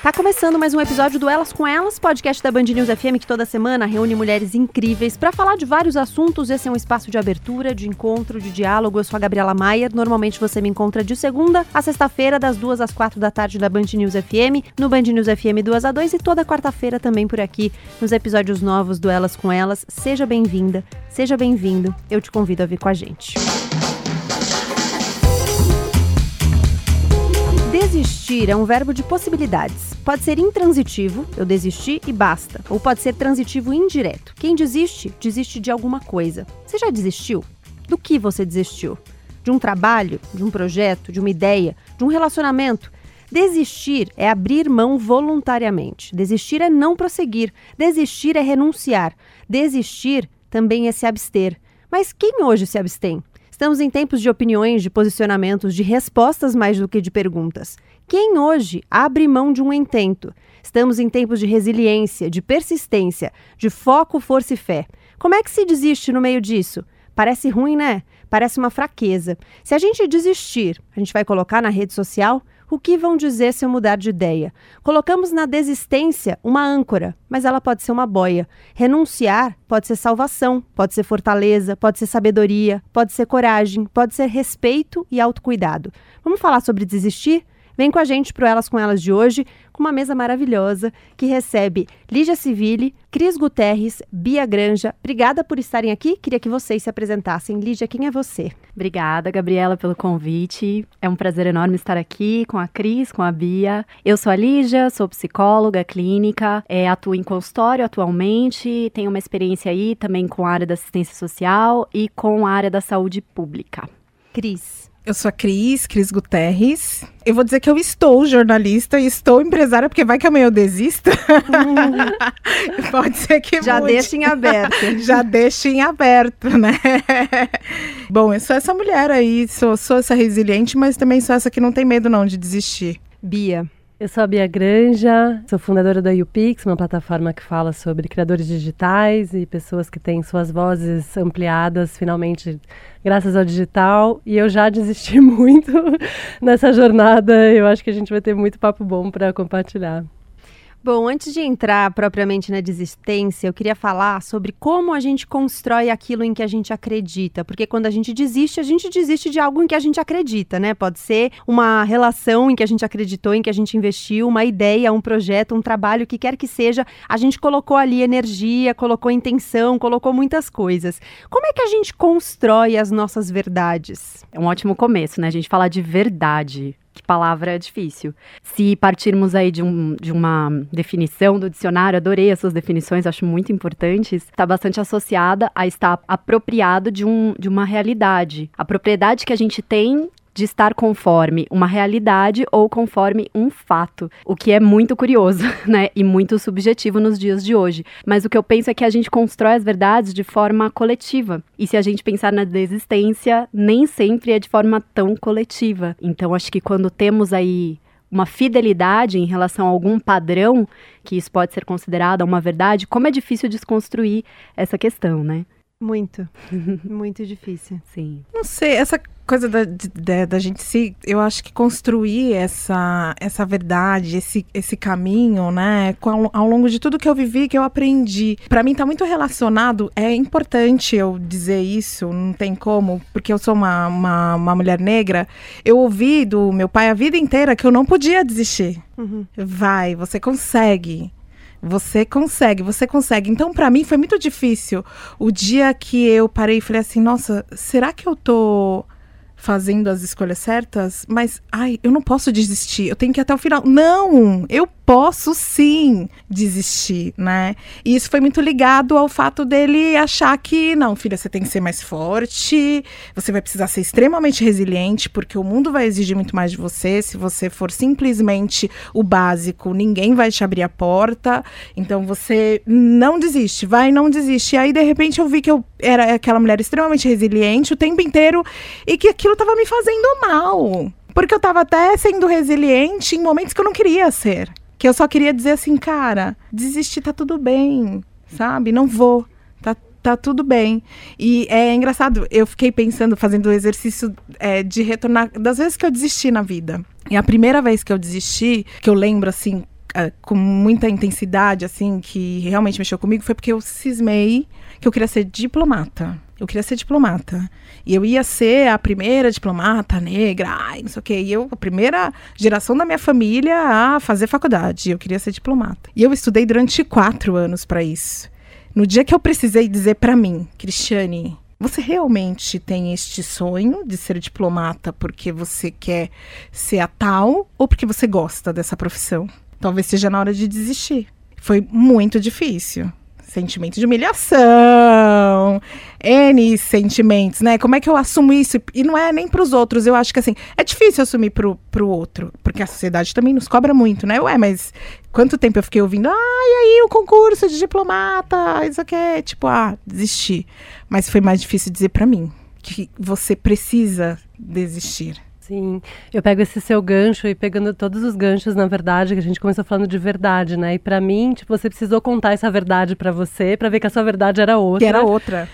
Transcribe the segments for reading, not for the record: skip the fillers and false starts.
Tá começando mais um episódio do Elas com Elas, podcast da Band News FM que toda semana reúne mulheres incríveis para falar de vários assuntos. Esse é um espaço de abertura, de encontro, de diálogo. Eu sou a Gabriela Maier. Normalmente você me encontra de segunda a sexta-feira, das 2 às 4 da tarde da Band News FM, no Band News FM 2 a 2 e toda quarta-feira também por aqui, nos episódios novos do Elas com Elas. Seja bem-vinda, seja bem-vindo. Eu te convido a vir com a gente. Desistir é um verbo de possibilidades. Pode ser intransitivo, eu desisti e basta. Ou pode ser transitivo indireto. Quem desiste, desiste de alguma coisa. Você já desistiu? Do que você desistiu? De um trabalho, de um projeto, de uma ideia, de um relacionamento? Desistir é abrir mão voluntariamente. Desistir é não prosseguir. Desistir é renunciar. Desistir também é se abster. Mas quem hoje se abstém? Estamos em tempos de opiniões, de posicionamentos, de respostas mais do que de perguntas. Quem hoje abre mão de um intento? Estamos em tempos de resiliência, de persistência, de foco, força e fé. Como é que se desiste no meio disso? Parece ruim, né? Parece uma fraqueza. Se a gente desistir, a gente vai colocar na rede social? O que vão dizer se eu mudar de ideia? Colocamos na desistência uma âncora, mas ela pode ser uma boia. Renunciar pode ser salvação, pode ser fortaleza, pode ser sabedoria, pode ser coragem, pode ser respeito e autocuidado. Vamos falar sobre desistir? Vem com a gente pro Elas com Elas de hoje, com uma mesa maravilhosa que recebe Lígia Civili, Cris Guterres, Bia Granja. Obrigada por estarem aqui. Queria que vocês se apresentassem. Lígia, quem é você? Obrigada, Gabriela, pelo convite. É um prazer enorme estar aqui com a Cris, com a Bia. Eu sou a Lígia, sou psicóloga clínica, atuo em consultório atualmente, tenho uma experiência aí também com a área da assistência social e com a área da saúde pública. Cris. Eu sou a Cris Guterres. Eu vou dizer que eu estou jornalista e estou empresária, porque vai que amanhã eu desista. Pode ser que já mude. Deixa em aberto. Já deixa em aberto, né? Bom, eu sou essa mulher aí, sou essa resiliente, mas também sou essa que não tem medo não de desistir. Bia. Eu sou a Bia Granja, sou fundadora da YouPix, uma plataforma que fala sobre criadores digitais e pessoas que têm suas vozes ampliadas, finalmente, graças ao digital. E eu já desisti muito nessa jornada. Eu acho que a gente vai ter muito papo bom para compartilhar. Bom, antes de entrar propriamente na desistência, eu queria falar sobre como a gente constrói aquilo em que a gente acredita. Porque quando a gente desiste de algo em que a gente acredita, né? Pode ser uma relação em que a gente acreditou, em que a gente investiu, uma ideia, um projeto, um trabalho, o que quer que seja. A gente colocou ali energia, colocou intenção, colocou muitas coisas. Como é que a gente constrói as nossas verdades? É um ótimo começo, né? A gente falar de verdade. Que palavra difícil. Se partirmos aí de uma definição do dicionário, adorei as suas definições, acho muito importantes, está bastante associada a estar apropriado de uma realidade. A propriedade que a gente tem de estar conforme uma realidade ou conforme um fato, o que é muito curioso, né, e muito subjetivo nos dias de hoje. Mas o que eu penso é que a gente constrói as verdades de forma coletiva, e se a gente pensar na desistência, nem sempre é de forma tão coletiva. Então, acho que quando temos aí uma fidelidade em relação a algum padrão, que isso pode ser considerado uma verdade, como é difícil desconstruir essa questão, né? Muito, muito difícil. Sim. Não sei, essa coisa da gente eu acho que construir essa verdade, esse caminho, né, ao longo de tudo que eu vivi, que eu aprendi. Pra mim tá muito relacionado, é importante eu dizer isso, não tem como, porque eu sou uma mulher negra, eu ouvi do meu pai a vida inteira que eu não podia desistir. Uhum. Vai, você consegue. Você consegue. Então, pra mim, foi muito difícil. O dia que eu parei e falei assim, nossa, será que eu tô fazendo as escolhas certas? Mas, eu não posso desistir, eu tenho que ir até o final. Não, eu posso sim desistir, né? E isso foi muito ligado ao fato dele achar que, não, filha, você tem que ser mais forte, você vai precisar ser extremamente resiliente, porque o mundo vai exigir muito mais de você. Se você for simplesmente o básico, ninguém vai te abrir a porta. Então você não desiste, não desiste. E aí, de repente, eu vi que eu era aquela mulher extremamente resiliente o tempo inteiro e que aquilo estava me fazendo mal. Porque eu estava até sendo resiliente em momentos que eu não queria ser. Que eu só queria dizer assim, cara, desistir, tá tudo bem, sabe? Não vou, tá tudo bem. E é engraçado, eu fiquei pensando, fazendo o exercício de retornar das vezes que eu desisti na vida. E a primeira vez que eu desisti, que eu lembro assim, com muita intensidade, assim, que realmente mexeu comigo, foi porque eu cismei que eu queria ser diplomata. Eu queria ser diplomata. E eu ia ser a primeira diplomata negra, não sei o quê. E eu, a primeira geração da minha família a fazer faculdade. Eu queria ser diplomata. E eu estudei durante 4 anos para isso. No dia que eu precisei dizer para mim, Cristiane, você realmente tem este sonho de ser diplomata porque você quer ser a tal ou porque você gosta dessa profissão? Talvez seja na hora de desistir. Foi muito difícil. Sentimento de humilhação, N sentimentos, né? Como é que eu assumo isso? E não é nem pros outros, eu acho que assim, é difícil assumir pro outro, porque a sociedade também nos cobra muito, né? Mas quanto tempo eu fiquei ouvindo, e aí o concurso de diplomata, isso aqui é, tipo, desisti. Mas foi mais difícil dizer pra mim, que você precisa desistir. Sim, eu pego esse seu gancho e pegando todos os ganchos, na verdade, que a gente começou falando de verdade, né? E pra mim, tipo, você precisou contar essa verdade pra você, pra ver que a sua verdade era outra. Que era outra.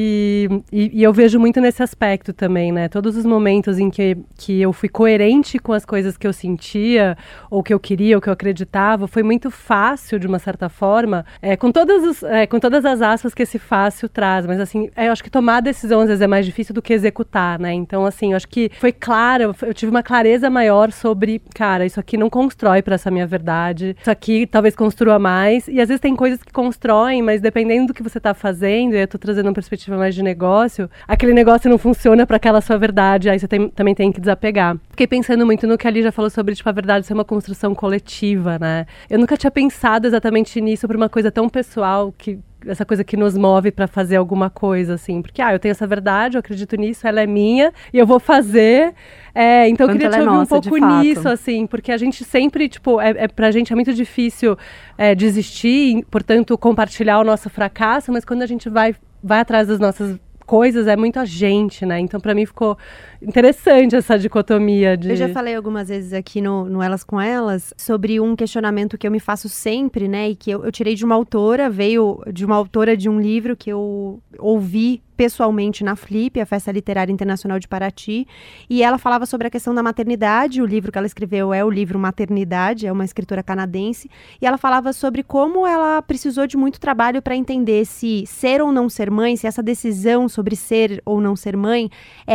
E eu vejo muito nesse aspecto também, né? Todos os momentos em que eu fui coerente com as coisas que eu sentia, ou que eu queria, ou que eu acreditava, foi muito fácil, de uma certa forma, com todas as aspas que esse fácil traz. Mas, assim, eu acho que tomar a decisão, às vezes, é mais difícil do que executar, né? Então, assim, eu acho que foi claro, eu tive uma clareza maior sobre, cara, isso aqui não constrói pra essa minha verdade, isso aqui talvez construa mais. E, às vezes, tem coisas que constroem, mas dependendo do que você tá fazendo, e eu tô trazendo uma perspectiva mais de negócio, aquele negócio não funciona para aquela sua verdade, aí você também tem que desapegar. Fiquei pensando muito no que a Lígia falou sobre, tipo, a verdade ser uma construção coletiva, né? Eu nunca tinha pensado exatamente nisso por uma coisa tão pessoal, essa coisa que nos move para fazer alguma coisa, assim. Porque, eu tenho essa verdade, eu acredito nisso, ela é minha, e eu vou fazer. Então eu queria te ouvir um pouco nisso, assim, porque a gente sempre, tipo, pra gente é muito difícil desistir, portanto, compartilhar o nosso fracasso, mas quando a gente vai atrás das nossas coisas, é muito a gente, né? Então, pra mim, ficou interessante essa dicotomia de... Eu já falei algumas vezes aqui no Elas com Elas sobre um questionamento que eu me faço sempre, né? E que eu tirei de uma autora, veio de uma autora de um livro que eu ouvi pessoalmente na Flip, a Festa Literária Internacional de Paraty, e ela falava sobre a questão da maternidade. O livro que ela escreveu é o livro Maternidade, é uma escritora canadense, e ela falava sobre como ela precisou de muito trabalho para entender se ser ou não ser mãe, se essa decisão sobre ser ou não ser mãe,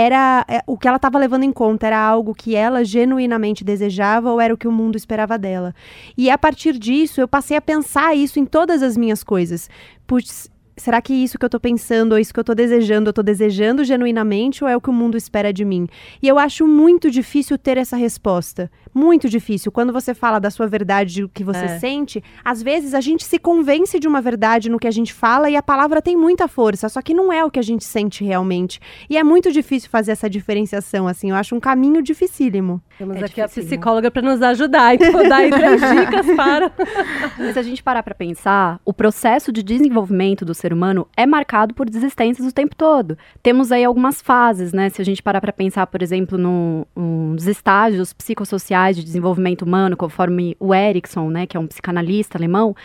o que ela estava levando em conta era algo que ela genuinamente desejava ou era o que o mundo esperava dela. E a partir disso, eu passei a pensar isso em todas as minhas coisas. Putz, será que isso que eu tô pensando, ou isso que eu tô desejando genuinamente, ou é o que o mundo espera de mim? E eu acho muito difícil ter essa resposta. Muito difícil. Quando você fala da sua verdade, do que você sente, às vezes a gente se convence de uma verdade no que a gente fala e a palavra tem muita força, só que não é o que a gente sente realmente. E é muito difícil fazer essa diferenciação, assim. Eu acho um caminho dificílimo. Temos aqui a psicóloga para nos ajudar, então vou dar aí 3 dicas para... Mas se a gente parar para pensar, o processo de desenvolvimento do ser humano é marcado por desistências o tempo todo. Temos aí algumas fases, né? Se a gente parar para pensar, por exemplo, nos estágios psicossociais de desenvolvimento humano, conforme o Erikson, né, que é um psicanalista alemão,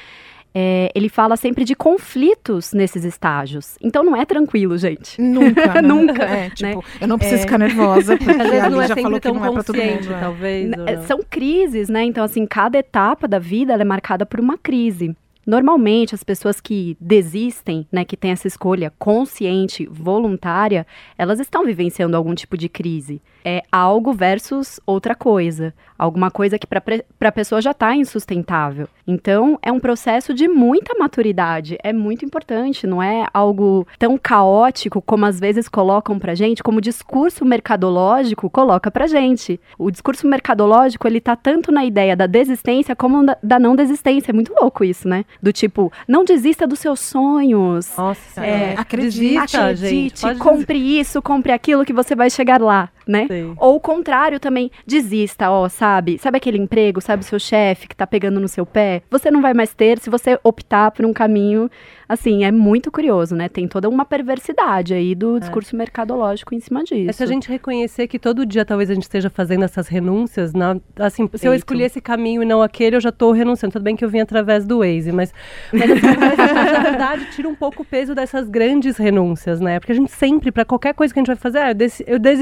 ele fala sempre de conflitos nesses estágios. Então não é tranquilo, gente. Nunca, né? Nunca. Tipo, né? Eu não preciso ficar nervosa, porque às vezes a não já falou que não é pra todo mundo. Talvez. São crises, né? Então, assim, cada etapa da vida ela é marcada por uma crise. Normalmente, as pessoas que desistem, né, que têm essa escolha consciente, voluntária, elas estão vivenciando algum tipo de crise. É algo versus outra coisa. Alguma coisa que para a pessoa já está insustentável. Então, é um processo de muita maturidade. É muito importante. Não é algo tão caótico como às vezes colocam pra gente, como o discurso mercadológico coloca pra gente. O discurso mercadológico, ele tá tanto na ideia da desistência como da não desistência. É muito louco isso, né? Do tipo, não desista dos seus sonhos. Nossa, acredite, gente. Compre isso, compre aquilo que você vai chegar lá, né? Sim. Ou o contrário também, desista, sabe aquele emprego, sabe o seu chefe que tá pegando no seu pé? Você não vai mais ter se você optar por um caminho, assim, é muito curioso, né? Tem toda uma perversidade aí do discurso mercadológico em cima disso. Se a gente reconhecer que todo dia talvez a gente esteja fazendo essas renúncias, assim, se eu escolher esse caminho e não aquele, eu já tô renunciando. Tudo bem que eu vim através do Waze, mas assim, na verdade, tira um pouco o peso dessas grandes renúncias, né? Porque a gente sempre, pra qualquer coisa que a gente vai fazer, eu desisti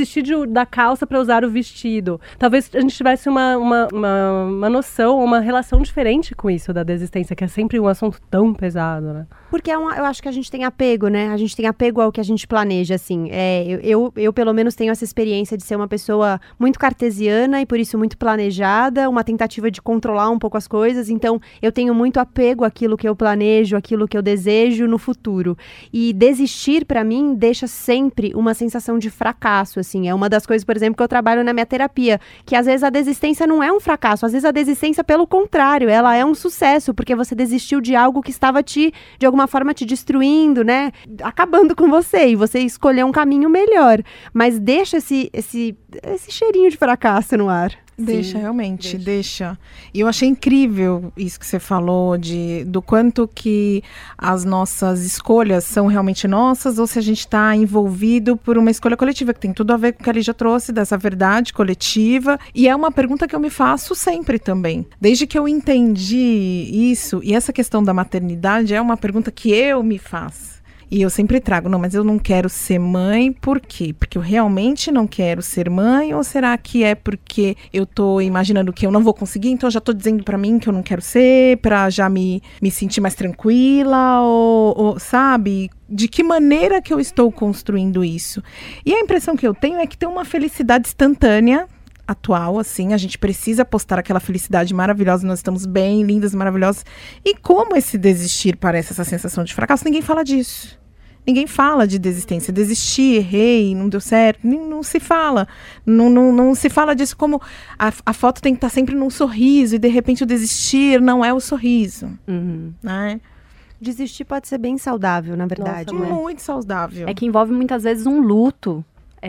da calça para usar o vestido. Talvez a gente tivesse uma noção, uma relação diferente com isso da desistência, que é sempre um assunto tão pesado, né? Porque eu acho que a gente tem apego, né? A gente tem apego ao que a gente planeja, assim. Eu, pelo menos, tenho essa experiência de ser uma pessoa muito cartesiana e, por isso, muito planejada, uma tentativa de controlar um pouco as coisas. Então, eu tenho muito apego àquilo que eu planejo, àquilo que eu desejo no futuro. E desistir, pra mim, deixa sempre uma sensação de fracasso, assim. É uma das coisas, por exemplo, que eu trabalho na minha terapia, que às vezes a desistência não é um fracasso, às vezes a desistência, pelo contrário, ela é um sucesso, porque você desistiu de algo que estava de alguma forma te destruindo, né? Acabando com você, e você escolheu um caminho melhor. Mas deixa esse cheirinho de fracasso no ar. Deixa, realmente, deixa. E eu achei incrível isso que você falou, do quanto que as nossas escolhas são realmente nossas, ou se a gente está envolvido por uma escolha coletiva, que tem tudo a ver com o que a Lígia trouxe, dessa verdade coletiva. E é uma pergunta que eu me faço sempre também. Desde que eu entendi isso, e essa questão da maternidade é uma pergunta que eu me faço. E eu sempre trago, não, mas eu não quero ser mãe, por quê? Porque eu realmente não quero ser mãe, ou será que é porque eu tô imaginando que eu não vou conseguir, então eu já tô dizendo pra mim que eu não quero ser, pra já me sentir mais tranquila, ou sabe? De que maneira que eu estou construindo isso? E a impressão que eu tenho é que tem uma felicidade instantânea, atual, assim, a gente precisa postar aquela felicidade maravilhosa, nós estamos bem, lindas, maravilhosas. E como esse desistir parece essa sensação de fracasso, ninguém fala disso. Ninguém fala de desistência. Desisti, errei, não deu certo. Não se fala. Não se fala disso como a foto tem que estar sempre num sorriso e de repente o desistir não é o sorriso. Né? Desistir pode ser bem saudável, na verdade. Nossa, né? Muito saudável. É que envolve muitas vezes um luto.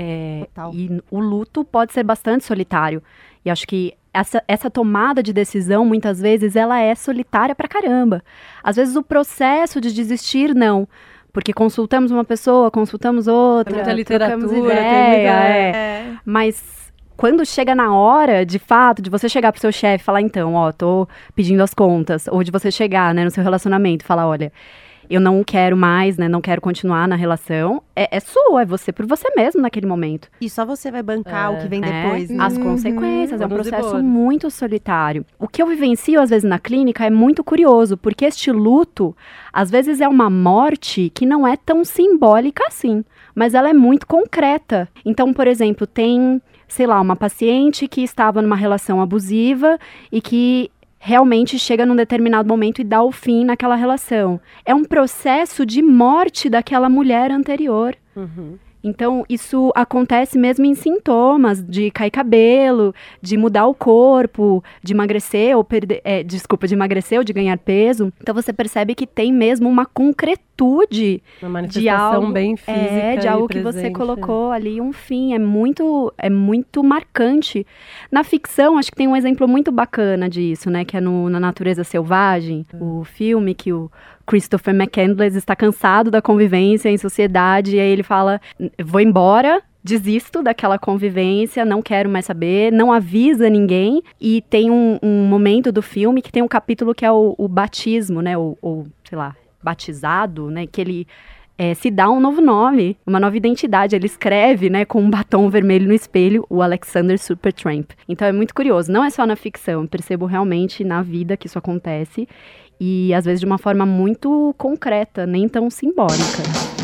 E o luto pode ser bastante solitário. E acho que essa tomada de decisão, muitas vezes, ela é solitária pra caramba. Às vezes o processo de desistir, não. Porque consultamos uma pessoa, consultamos outra, muita literatura, trocamos ideia. Mas quando chega na hora, de fato, de você chegar pro seu chefe e falar, então, tô pedindo as contas. Ou de você chegar, né, no seu relacionamento e falar, olha, eu não quero mais, né, não quero continuar na relação. É sua, é você por você mesmo naquele momento. E só você vai bancar o que vem depois. As consequências, é um processo muito solitário. O que eu vivencio, às vezes, na clínica é muito curioso, porque este luto, às vezes, é uma morte que não é tão simbólica assim, mas ela é muito concreta. Então, por exemplo, tem, sei lá, uma paciente que estava numa relação abusiva e que realmente chega num determinado momento e dá o fim naquela relação. É um processo de morte daquela mulher anterior. Então, isso acontece mesmo em sintomas de cair cabelo, de mudar o corpo, de emagrecer ou de emagrecer ou de ganhar peso. Então, você percebe que tem mesmo uma concretude uma manifestação de algo, bem física de algo que presente. você colocou ali um fim. É muito marcante. Na ficção, acho que tem um exemplo muito bacana disso, né? Que é Na Natureza Selvagem, o filme que o Christopher McCandless está cansado da convivência em sociedade, e aí ele fala, vou embora, desisto daquela convivência, não quero mais saber, não avisa ninguém, e tem um momento do filme que tem um capítulo que é o batismo, né, ou sei lá, batizado, né, que ele se dá um novo nome, uma nova identidade, ele escreve, né, com um batom vermelho no espelho, o Alexander Supertramp. Então é muito curioso, não é só na ficção, eu percebo realmente na vida que isso acontece, e às vezes de uma forma muito concreta, nem tão simbólica.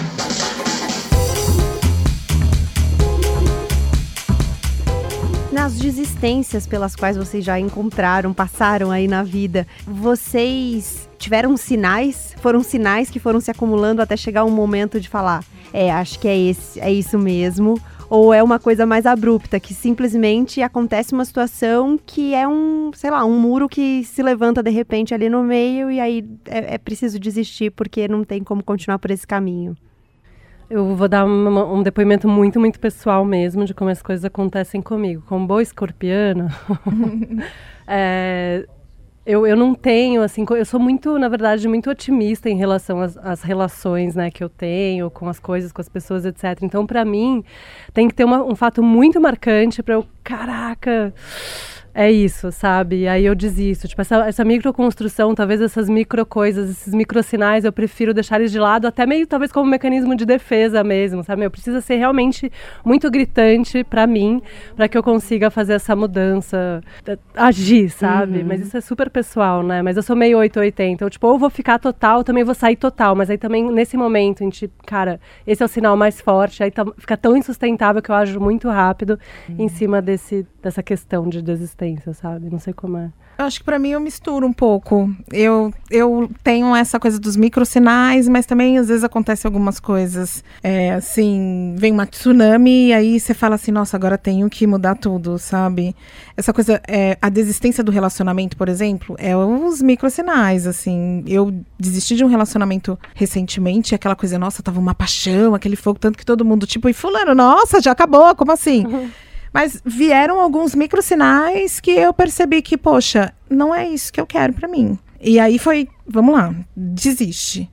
Nas desistências pelas quais vocês já passaram aí na vida, vocês tiveram sinais? Foram sinais que foram se acumulando até chegar um momento de falar, acho que é isso mesmo? Ou é uma coisa mais abrupta, que simplesmente acontece uma situação que é um muro que se levanta de repente ali no meio e aí é preciso desistir porque não tem como continuar por esse caminho? Eu vou dar um depoimento muito, muito pessoal mesmo de como as coisas acontecem comigo. Como boa escorpiana, eu não tenho, assim, eu sou muito, na verdade, muito otimista em relação às relações, né, que eu tenho com as coisas, com as pessoas, etc. Então, para mim, tem que ter um fato muito marcante para eu, caraca, é isso, sabe? E aí eu desisto. Tipo, essa microconstrução, talvez essas micro coisas, esses microsinais, eu prefiro deixar eles de lado, até meio, talvez, como mecanismo de defesa mesmo, sabe? Eu preciso ser realmente muito gritante pra mim, pra que eu consiga fazer essa mudança, agir, sabe? Mas isso é super pessoal, né? Mas eu sou meio 880. Então, tipo, ou vou ficar total, também vou sair total. Mas aí também, nesse momento, a gente, cara, esse é o sinal mais forte. Aí fica tão insustentável que eu ajo muito rápido em cima dessa questão de desistência, sabe? Não sei como é. Eu acho que pra mim eu misturo um pouco. Eu tenho essa coisa dos microsinais, mas também às vezes acontece algumas coisas, assim, vem uma tsunami e aí você fala assim, nossa, agora tenho que mudar tudo, sabe? Essa coisa, a desistência do relacionamento, por exemplo, é os microsinais, assim. Eu desisti de um relacionamento recentemente, aquela coisa, nossa, tava uma paixão, aquele fogo, tanto que todo mundo, tipo, e fulano, nossa, já acabou, como assim? Mas vieram alguns microsinais que eu percebi que, poxa, não é isso que eu quero pra mim. E aí foi, vamos lá, desiste.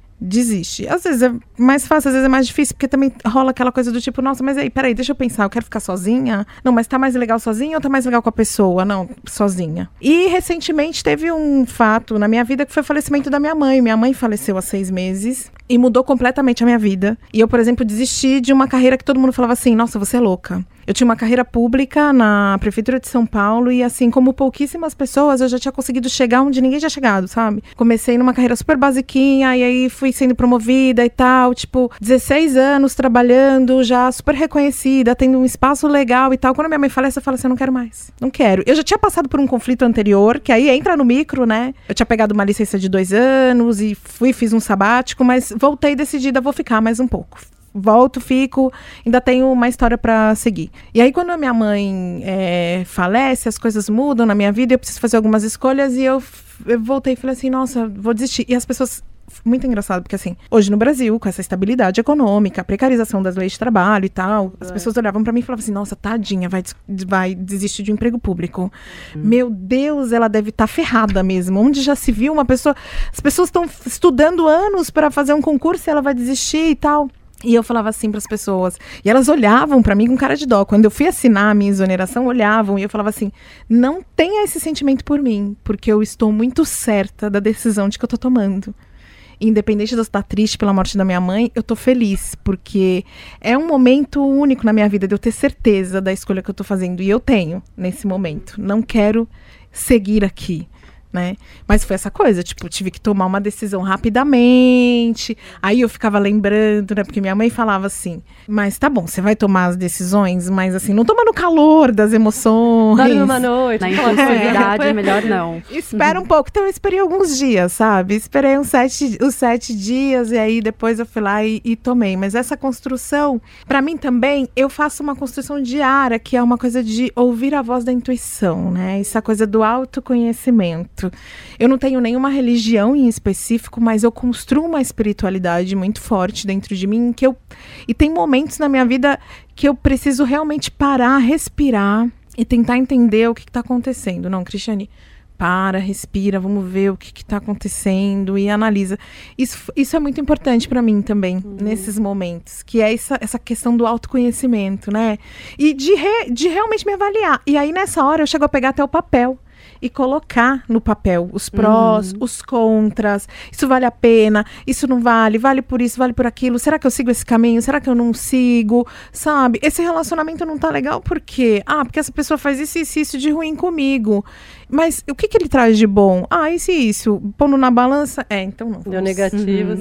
Às vezes é mais fácil, às vezes é mais difícil, porque também rola aquela coisa do tipo, nossa, mas aí, peraí, deixa eu pensar, eu quero ficar sozinha? Não, mas tá mais legal sozinha ou tá mais legal com a pessoa? Não, sozinha. E recentemente teve um fato na minha vida que foi o falecimento da minha mãe. Minha mãe faleceu há 6 meses e mudou completamente a minha vida. E eu, por exemplo, desisti de uma carreira que todo mundo falava assim, nossa, você é louca. Eu tinha uma carreira pública na Prefeitura de São Paulo e, assim, como pouquíssimas pessoas, eu já tinha conseguido chegar onde ninguém tinha chegado, sabe? Comecei numa carreira super basiquinha e aí fui sendo promovida e tal, tipo, 16 anos trabalhando, já super reconhecida, tendo um espaço legal e tal. Quando minha mãe falece, eu falo assim, eu não quero mais. Não quero. Eu já tinha passado por um conflito anterior, que aí entra no micro, né? Eu tinha pegado uma licença de 2 anos e fiz um sabático, mas voltei decidida, vou ficar mais um pouco. Volto, fico, ainda tenho uma história pra seguir. E aí, quando a minha mãe falece, as coisas mudam na minha vida, eu preciso fazer algumas escolhas e eu voltei e falei assim, nossa, vou desistir. E as pessoas... Muito engraçado, porque assim, hoje no Brasil, com essa estabilidade econômica, a precarização das leis de trabalho e tal, as pessoas olhavam pra mim e falavam assim, nossa, tadinha, vai desistir de um emprego público. Meu Deus, ela deve estar ferrada mesmo. Onde já se viu uma pessoa... As pessoas estão estudando anos para fazer um concurso e ela vai desistir e tal. E eu falava assim para as pessoas, e elas olhavam para mim com cara de dó. Quando eu fui assinar a minha exoneração, olhavam e eu falava assim, não tenha esse sentimento por mim, porque eu estou muito certa da decisão de que eu tô tomando. Independente de eu estar triste pela morte da minha mãe, eu tô feliz, porque é um momento único na minha vida de eu ter certeza da escolha que eu tô fazendo, e eu tenho nesse momento. Não quero seguir aqui. Né? Mas foi essa coisa, tipo, tive que tomar uma decisão rapidamente. Aí eu ficava lembrando, né? Porque minha mãe falava assim, mas tá bom, você vai tomar as decisões, mas assim, não toma no calor das emoções. Dorme uma noite. Na impulsividade, melhor não. Espera um pouco. Então eu esperei alguns dias, sabe? Esperei os 7 dias e aí depois eu fui lá e tomei. Mas essa construção, pra mim também, eu faço uma construção diária, que é uma coisa de ouvir a voz da intuição, né? Essa coisa do autoconhecimento. Eu não tenho nenhuma religião em específico, mas eu construo uma espiritualidade muito forte dentro de mim, e tem momentos na minha vida que eu preciso realmente parar, respirar e tentar entender o que está acontecendo. Não, Cristiane, para, respira, vamos ver o que está acontecendo e analisa. Isso é muito importante para mim também, nesses momentos, que é essa questão do autoconhecimento, né? E de realmente me avaliar. E aí, nessa hora, eu chego a pegar até o papel e colocar no papel os prós, os contras, isso vale a pena, isso não vale, vale por isso, vale por aquilo, será que eu sigo esse caminho, será que eu não sigo, sabe? Esse relacionamento não tá legal por quê? Porque essa pessoa faz isso de ruim comigo, mas o que ele traz de bom? Isso, pondo na balança, então não. Deu negativo,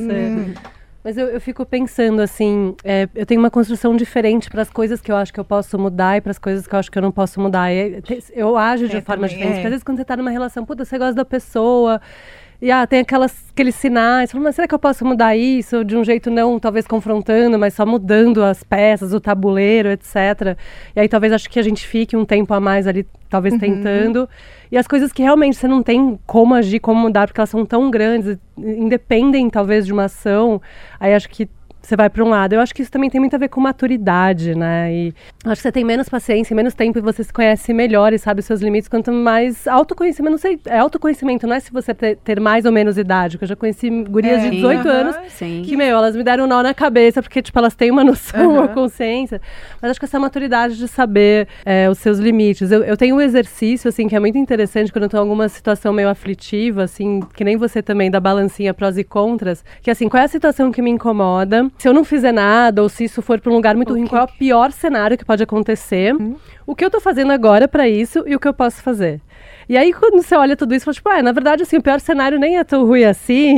Mas eu fico pensando assim, eu tenho uma construção diferente para as coisas que eu acho que eu posso mudar e para as coisas que eu acho que eu não posso mudar. Eu ajo de forma diferente. Porque às vezes quando você está numa relação, puta, você gosta da pessoa e tem aqueles sinais, mas será que eu posso mudar isso de um jeito não, talvez confrontando, mas só mudando as peças, o tabuleiro, etc. E aí talvez acho que a gente fique um tempo a mais ali, talvez tentando. E as coisas que realmente você não tem como agir, como mudar, porque elas são tão grandes, independem talvez de uma ação, aí acho que você vai para um lado. Eu acho que isso também tem muito a ver com maturidade, né? E acho que você tem menos paciência, menos tempo e você se conhece melhor e sabe os seus limites. Quanto mais autoconhecimento, não sei, é autoconhecimento, não é se você ter mais ou menos idade, porque eu já conheci gurias de 18 anos que, elas me deram um nó na cabeça, porque, tipo, elas têm uma noção, uma consciência. Mas acho que essa maturidade de saber os seus limites. Eu tenho um exercício, assim, que é muito interessante quando eu tô em alguma situação meio aflitiva, assim, que nem você também, da balancinha prós e contras, que, assim, qual é a situação que me incomoda? Se eu não fizer nada, ou se isso for para um lugar muito ruim, qual é o pior cenário que pode acontecer? O que eu tô fazendo agora para isso e o que eu posso fazer? E aí, quando você olha tudo isso, você fala, tipo, na verdade, assim, o pior cenário nem é tão ruim assim.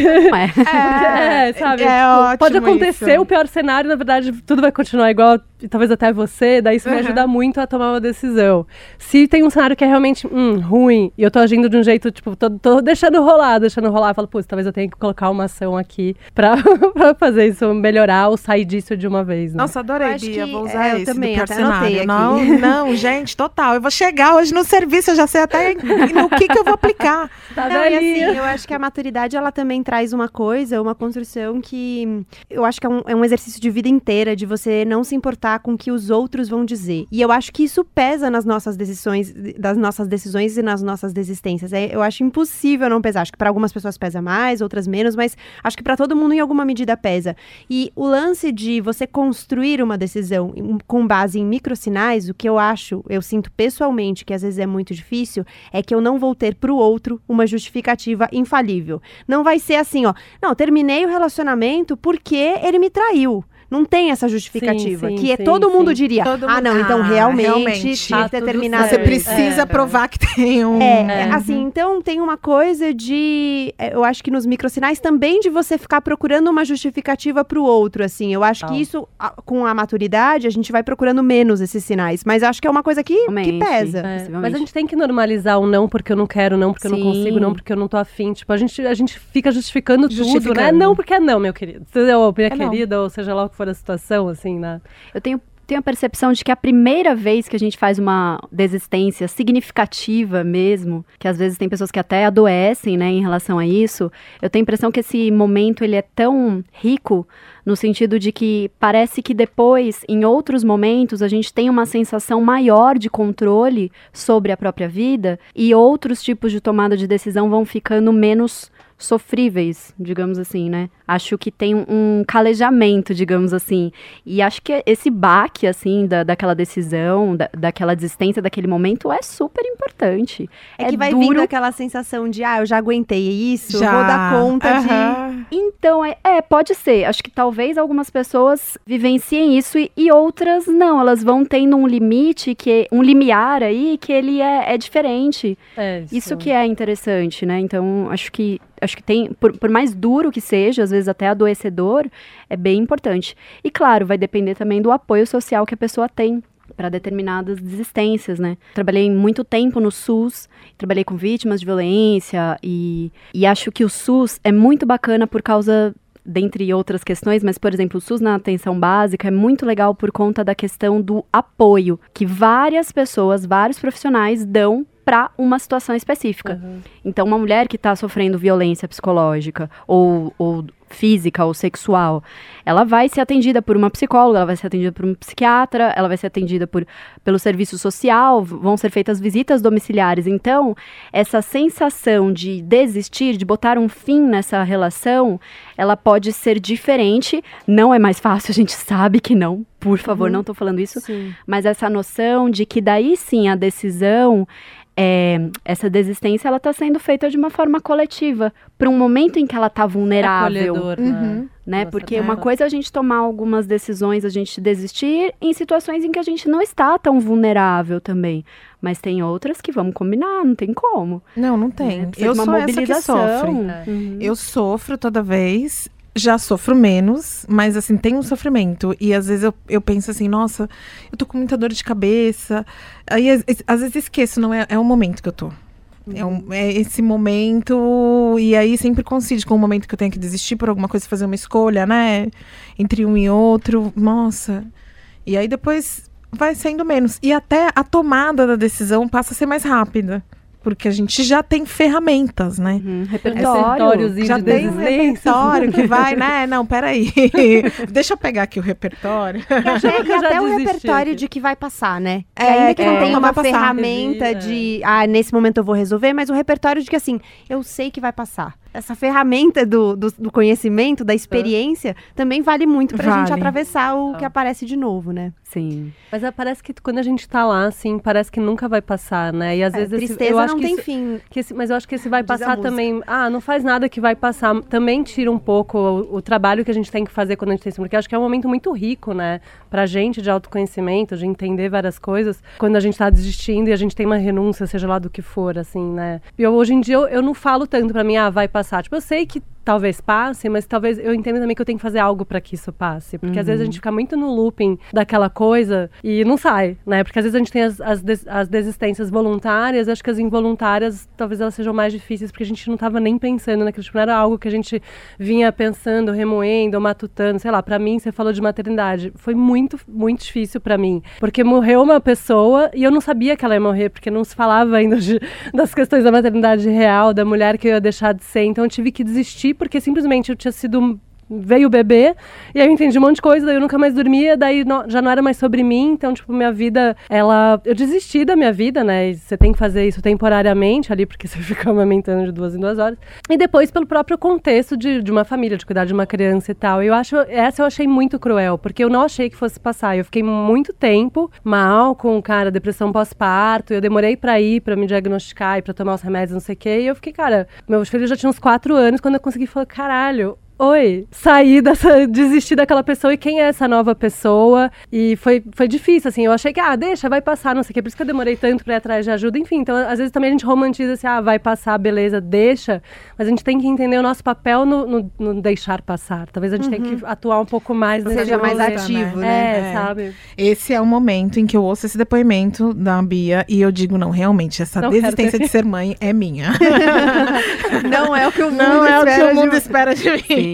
Sabe? Tipo, pode acontecer o pior cenário, na verdade, tudo vai continuar igual, e talvez até você, daí isso me ajuda muito a tomar uma decisão. Se tem um cenário que é realmente ruim, e eu tô agindo de um jeito, tipo, tô deixando rolar, eu falo, putz, talvez eu tenha que colocar uma ação aqui pra fazer isso melhorar ou sair disso de uma vez, né? Nossa, adorei, Bia, vou usar esse também, do pior cenário. Não, gente, total. Eu vou chegar hoje no serviço, eu já sei até no que eu vou aplicar. E assim, eu acho que a maturidade, ela também traz uma construção que eu acho que é um exercício de vida inteira, de você não se importar com o que os outros vão dizer. E eu acho que isso pesa nas nossas decisões e nas nossas desistências. Eu acho impossível não pesar. Acho que para algumas pessoas pesa mais, outras menos, mas acho que para todo mundo em alguma medida pesa. E o lance de você construir uma decisão com base em microsinais, o que eu sinto pessoalmente, que às vezes é muito difícil, é que eu não vou ter pro outro uma justificativa infalível. Não vai ser assim, não, terminei o relacionamento porque ele me traiu. Não tem essa justificativa. Todo mundo diria, então realmente tinha que ter terminado. Você precisa provar que tem um... Assim, então tem uma coisa de... Eu acho que nos microsinais também de você ficar procurando uma justificativa pro outro, assim. Eu acho que isso, com a maturidade, a gente vai procurando menos esses sinais. Mas acho que é uma coisa que pesa. Mas a gente tem que normalizar o não porque eu não quero, não porque eu não consigo, não porque eu não tô afim. Tipo, a gente fica justificando tudo, né? Não porque é não, meu querido. Ou minha querida, ou seja lá o que for a situação, assim, né? Eu tenho a percepção de que a primeira vez que a gente faz uma desistência significativa mesmo, que às vezes tem pessoas que até adoecem, né, em relação a isso, eu tenho a impressão que esse momento, ele é tão rico no sentido de que parece que depois, em outros momentos, a gente tem uma sensação maior de controle sobre a própria vida e outros tipos de tomada de decisão vão ficando menos sofríveis, digamos assim, né? Acho que tem um calejamento, digamos assim. E acho que esse baque, assim, daquela decisão, daquela desistência, daquele momento, é super importante. É que vai vindo aquela sensação de, eu já aguentei isso, vou dar conta de... Então, pode ser. Acho que talvez algumas pessoas vivenciem isso e outras não. Elas vão tendo um limite, um limiar aí, que ele é diferente. Isso que é interessante, né? Então, acho que tem, por mais duro que seja, às vezes até adoecedor, é bem importante. E claro, vai depender também do apoio social que a pessoa tem para determinadas desistências, né? Trabalhei muito tempo no SUS, trabalhei com vítimas de violência e acho que o SUS é muito bacana por causa, dentre outras questões, mas, por exemplo, o SUS na atenção básica é muito legal por conta da questão do apoio que várias pessoas, vários profissionais dão para uma situação específica. Então, uma mulher que está sofrendo violência psicológica ou física ou sexual, ela vai ser atendida por uma psicóloga, ela vai ser atendida por um psiquiatra, ela vai ser atendida pelo serviço social, vão ser feitas visitas domiciliares. Então, essa sensação de desistir, de botar um fim nessa relação, ela pode ser diferente. Não é mais fácil, a gente sabe que não. Por favor, não estou falando isso. Sim. Mas essa noção de que daí sim a decisão... essa desistência, ela está sendo feita de uma forma coletiva, para um momento em que ela está vulnerável. Acolhedor, né? Porque uma coisa é a gente tomar algumas decisões, a gente desistir em situações em que a gente não está tão vulnerável também. Mas tem outras que vamos combinar, não tem como. Não tem. Eu sou essa que sofre. Eu sofro toda vez. Já sofro menos, mas assim, tem um sofrimento. E às vezes eu penso assim, nossa, eu tô com muita dor de cabeça. Aí às vezes esqueço, não é o momento que eu tô. É esse momento, e aí sempre coincide com o momento que eu tenho que desistir por alguma coisa, fazer uma escolha, né? Entre um e outro, nossa. E aí depois vai sendo menos. E até a tomada da decisão passa a ser mais rápida. porque a gente já tem ferramentas, né? Repertóriozinho Já de tem um desistência. repertório que vai, né? Não, peraí. Deixa eu pegar aqui o repertório. E até já o desisti repertório aqui. de que vai passar, né? É, Ainda que não que tenha vai uma passar. ferramenta de, nesse momento eu vou resolver, mas o repertório de que, assim, eu sei que vai passar. Essa ferramenta do conhecimento, da experiência, também vale muito pra gente Vale. atravessar o que aparece de novo, né? Sim. Mas parece que quando a gente tá lá, assim, parece que nunca vai passar, né? E às vezes Tristeza eu acho não que tem isso, fim. mas eu acho que esse vai Diz a passar música. também. Não faz nada que vai passar. Também tira um pouco o trabalho que a gente tem que fazer quando a gente tem isso. Porque eu acho que é um momento muito rico, né? Pra gente, de autoconhecimento, de entender várias coisas. Quando a gente tá desistindo e a gente tem uma renúncia, seja lá do que for, assim, né? E hoje em dia, eu não falo tanto pra mim, vai passar. Tipo, eu sei que talvez passe, mas talvez eu entendo também que eu tenho que fazer algo pra que isso passe. Porque às vezes a gente fica muito no looping daquela coisa e não sai, né? Porque às vezes a gente tem as desistências voluntárias, acho que as involuntárias talvez elas sejam mais difíceis, porque a gente não tava nem pensando naquilo, tipo, não era algo que a gente vinha pensando, remoendo, ou matutando, sei lá. Pra mim, você falou de maternidade, foi muito, muito difícil pra mim, porque morreu uma pessoa e eu não sabia que ela ia morrer, porque não se falava ainda das questões da maternidade real, da mulher que eu ia deixar de ser, então eu tive que desistir porque simplesmente eu tinha sido... Veio o bebê, e aí eu entendi um monte de coisa, daí eu nunca mais dormia, daí já não era mais sobre mim, então, tipo, minha vida, eu desisti da minha vida, né, e você tem que fazer isso temporariamente ali, porque você fica amamentando de 2 em 2 horas, e depois pelo próprio contexto de uma família, de cuidar de uma criança e tal, essa eu achei muito cruel, porque eu não achei que fosse passar, eu fiquei muito tempo mal com, cara, depressão pós-parto, eu demorei pra me diagnosticar e pra tomar os remédios, não sei o quê, e eu fiquei, cara, meus filhos já tinham uns 4 anos, quando eu consegui falar, caralho, desistir daquela pessoa e quem é essa nova pessoa, e foi difícil, assim, eu achei que, deixa, vai passar, não sei o que, por isso que eu demorei tanto pra ir atrás de ajuda, enfim, então às vezes também a gente romantiza assim, vai passar, beleza, deixa, mas a gente tem que entender o nosso papel no deixar passar, talvez a gente tenha que atuar um pouco mais nesse Seja mais rolê, ativo, né? Sabe? Esse é o momento em que eu ouço esse depoimento da Bia e eu digo, não, realmente, essa Não desistência de ser mãe é minha. Não é o que o mundo Não é o que espera o mundo de... espera de mim. Sim.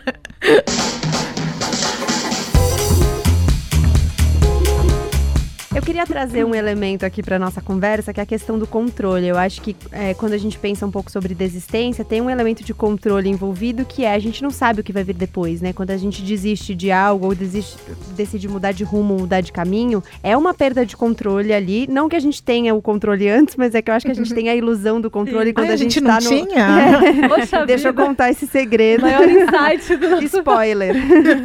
Eu queria trazer um elemento aqui para nossa conversa, que é a questão do controle. Eu acho que quando a gente pensa um pouco sobre desistência, tem um elemento de controle envolvido, que a gente não sabe o que vai vir depois, né? Quando a gente desiste de algo ou decide mudar de rumo, mudar de caminho, é uma perda de controle ali. Não que a gente tenha o controle antes, mas é que eu acho que a gente tem a ilusão do controle quando a gente não tá tinha? Poxa Deixa eu vida. contar esse segredo. Maior insight do nosso... Spoiler.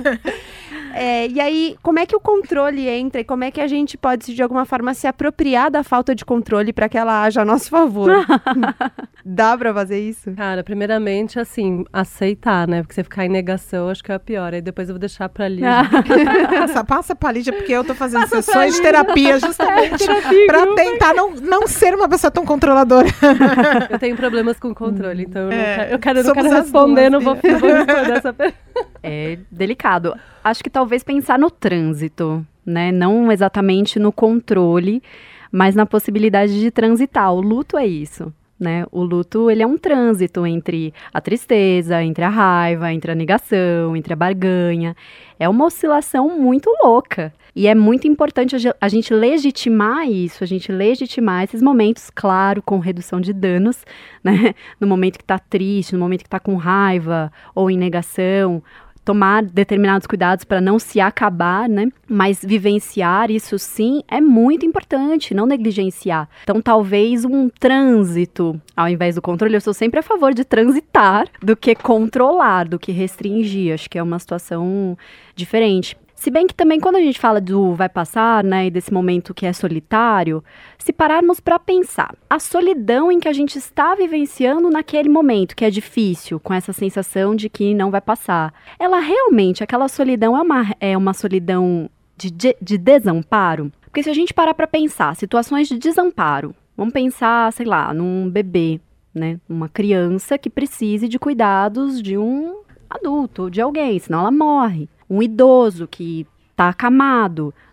E aí, como é que o controle entra e como é que a gente pode, de alguma forma, se apropriar da falta de controle para que ela haja a nosso favor? Dá pra fazer isso? Cara, primeiramente, assim, aceitar, né? Porque você ficar em negação, acho que é a pior. Aí depois eu vou deixar pra Lígia. Passa pra Lídia, porque eu tô fazendo sessões de terapia justamente pra tentar não ser uma pessoa tão controladora. Eu tenho problemas com controle, então eu não quero somos as responder, duas, não vou responder essa pergunta. É delicado. Acho que talvez pensar no trânsito, né? Não exatamente no controle, mas na possibilidade de transitar. O luto é isso, né? O luto, ele é um trânsito entre a tristeza, entre a raiva, entre a negação, entre a barganha. É uma oscilação muito louca. E é muito importante a gente legitimar isso, a gente legitimar esses momentos, claro, com redução de danos, né? No momento que tá triste, no momento que tá com raiva ou em negação, tomar determinados cuidados para não se acabar, né? Mas vivenciar isso sim é muito importante, não negligenciar. Então, talvez um trânsito, ao invés do controle, eu sou sempre a favor de transitar do que controlar, do que restringir. Acho que é uma situação diferente. Se bem que também quando a gente fala do vai passar, né, e desse momento que é solitário, se pararmos para pensar, a solidão em que a gente está vivenciando naquele momento, que é difícil, com essa sensação de que não vai passar, ela realmente, aquela solidão é uma solidão de desamparo? Porque se a gente parar para pensar, situações de desamparo, vamos pensar, sei lá, num bebê, né, uma criança que precise de cuidados de um adulto, de alguém, senão ela morre. Um idoso que está acamado, né?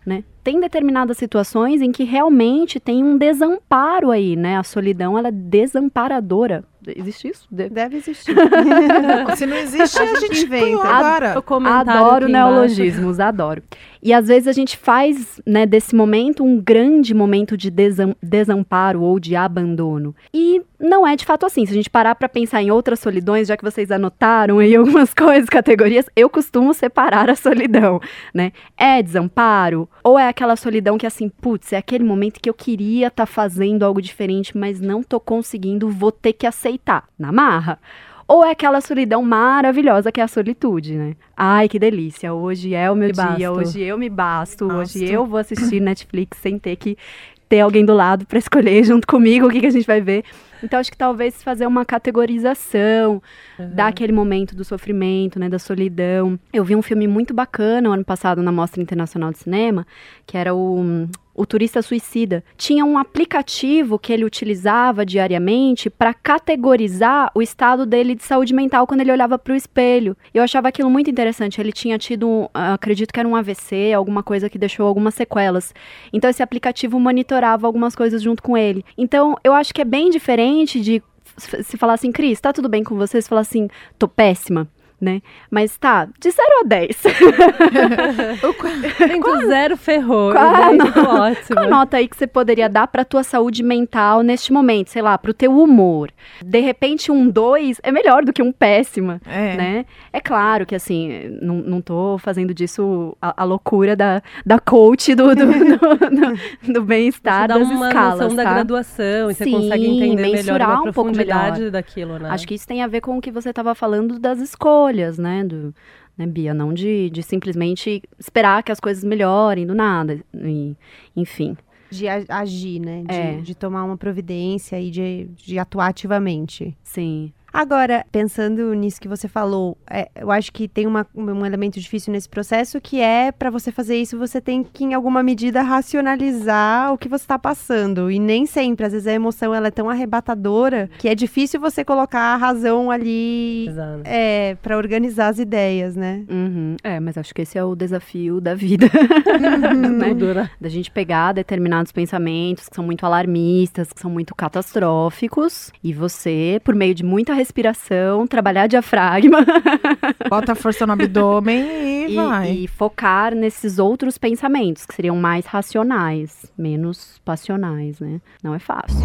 tem determinadas situações em que realmente tem um desamparo aí, né? A solidão, ela é desamparadora. Existe isso? Deve existir. Se não existe, a gente inventa. Agora. Adoro neologismos, adoro. E às vezes a gente faz, né, desse momento um grande momento de desamparo ou de abandono. E não é de fato assim. Se a gente parar para pensar em outras solidões, já que vocês anotaram aí algumas coisas, categorias, eu costumo separar a solidão, né? É desamparo? Ou é aquela solidão que assim, putz, é aquele momento que eu queria estar fazendo algo diferente, mas não tô conseguindo, vou ter que aceitar, na marra. Ou é aquela solidão maravilhosa que é a solitude, né? Ai, que delícia, hoje é o meu dia, hoje eu me basto, hoje eu vou assistir Netflix sem ter que ter alguém do lado para escolher junto comigo o que a gente vai ver. Então, acho que talvez fazer uma categorização daquele momento do sofrimento, né, da solidão. Eu vi um filme muito bacana, ano passado, na Mostra Internacional de Cinema, que era o Turista Suicida. Tinha um aplicativo que ele utilizava diariamente para categorizar o estado dele de saúde mental quando ele olhava para o espelho. Eu achava aquilo muito interessante. Ele tinha tido, acredito que era um AVC, alguma coisa que deixou algumas sequelas. Então, esse aplicativo monitorava algumas coisas junto com ele. Então, eu acho que é bem diferente de se falar assim, Cris, tá tudo bem com você? Se falar assim, tô péssima, né? Mas tá, de 0 a 10. Entre 0 ferrou. Ótimo. Qual nota aí que você poderia dar pra tua saúde mental neste momento? Sei lá, pro teu humor. De repente, um 2 é melhor do que um péssima, né? É claro que, assim, não tô fazendo disso a loucura da coach do bem-estar das escalas, dá uma noção da graduação e você consegue entender melhor a profundidade daquilo, né? Acho que isso tem a ver com o que você estava falando das escolhas, né, Bia? Não de simplesmente esperar que as coisas melhorem do nada, enfim. De agir, né? De tomar uma providência e de atuar ativamente. Sim. Agora, pensando nisso que você falou, eu acho que tem um elemento difícil nesse processo, que é, para você fazer isso, você tem que, em alguma medida, racionalizar o que você está passando. E nem sempre, às vezes a emoção ela é tão arrebatadora que é difícil você colocar a razão ali para organizar as ideias, né? Mas acho que esse é o desafio da vida. Né? Da gente pegar determinados pensamentos que são muito alarmistas, que são muito catastróficos, e você, por meio de muita respiração, trabalhar diafragma. Bota a força no abdômen e vai. E focar nesses outros pensamentos, que seriam mais racionais, menos passionais, né? Não é fácil.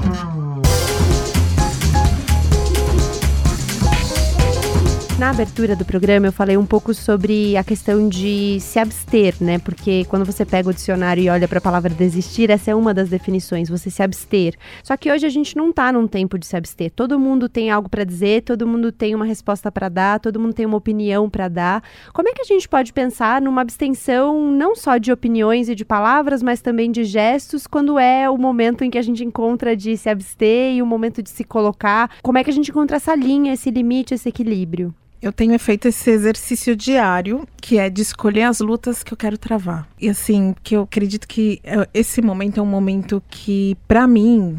Na abertura do programa eu falei um pouco sobre a questão de se abster, né? Porque quando você pega o dicionário e olha para a palavra desistir, essa é uma das definições, você se abster. Só que hoje a gente não tá num tempo de se abster. Todo mundo tem algo para dizer, todo mundo tem uma resposta para dar, todo mundo tem uma opinião para dar. Como é que a gente pode pensar numa abstenção não só de opiniões e de palavras, mas também de gestos, quando é o momento em que a gente encontra de se abster e o momento de se colocar? Como é que a gente encontra essa linha, esse limite, esse equilíbrio? Eu tenho feito esse exercício diário, que é de escolher as lutas que eu quero travar. E assim, que eu acredito que esse momento é um momento que, pra mim,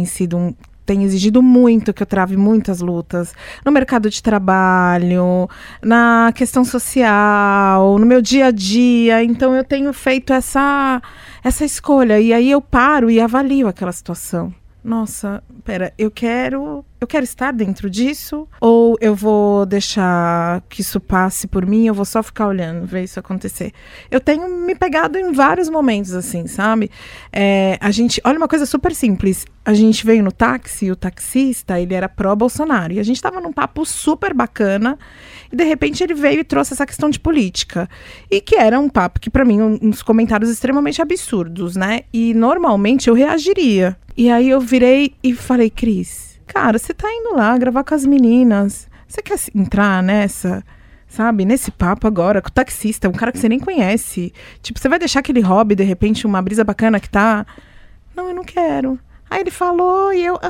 tem exigido muito que eu trave muitas lutas. No mercado de trabalho, na questão social, no meu dia a dia. Então, eu tenho feito essa escolha. E aí, eu paro e avalio aquela situação. Nossa, pera, eu quero estar dentro disso? Ou eu vou deixar que isso passe por mim? Eu vou só ficar olhando, ver isso acontecer? Eu tenho me pegado em vários momentos, assim, sabe? Olha uma coisa super simples. A gente veio no táxi, o taxista, ele era pró-Bolsonaro. E a gente tava num papo super bacana. E, de repente, ele veio e trouxe essa questão de política. E que era um papo que, pra mim, uns comentários extremamente absurdos, né? E, normalmente, eu reagiria. E aí, eu virei e falei, Cris, cara, você tá indo lá gravar com as meninas. Você quer entrar nessa, sabe, nesse papo agora com o taxista, um cara que você nem conhece? Tipo, você vai deixar que ele roube, de repente, uma brisa bacana que tá? Não, eu não quero. Aí ele falou e eu,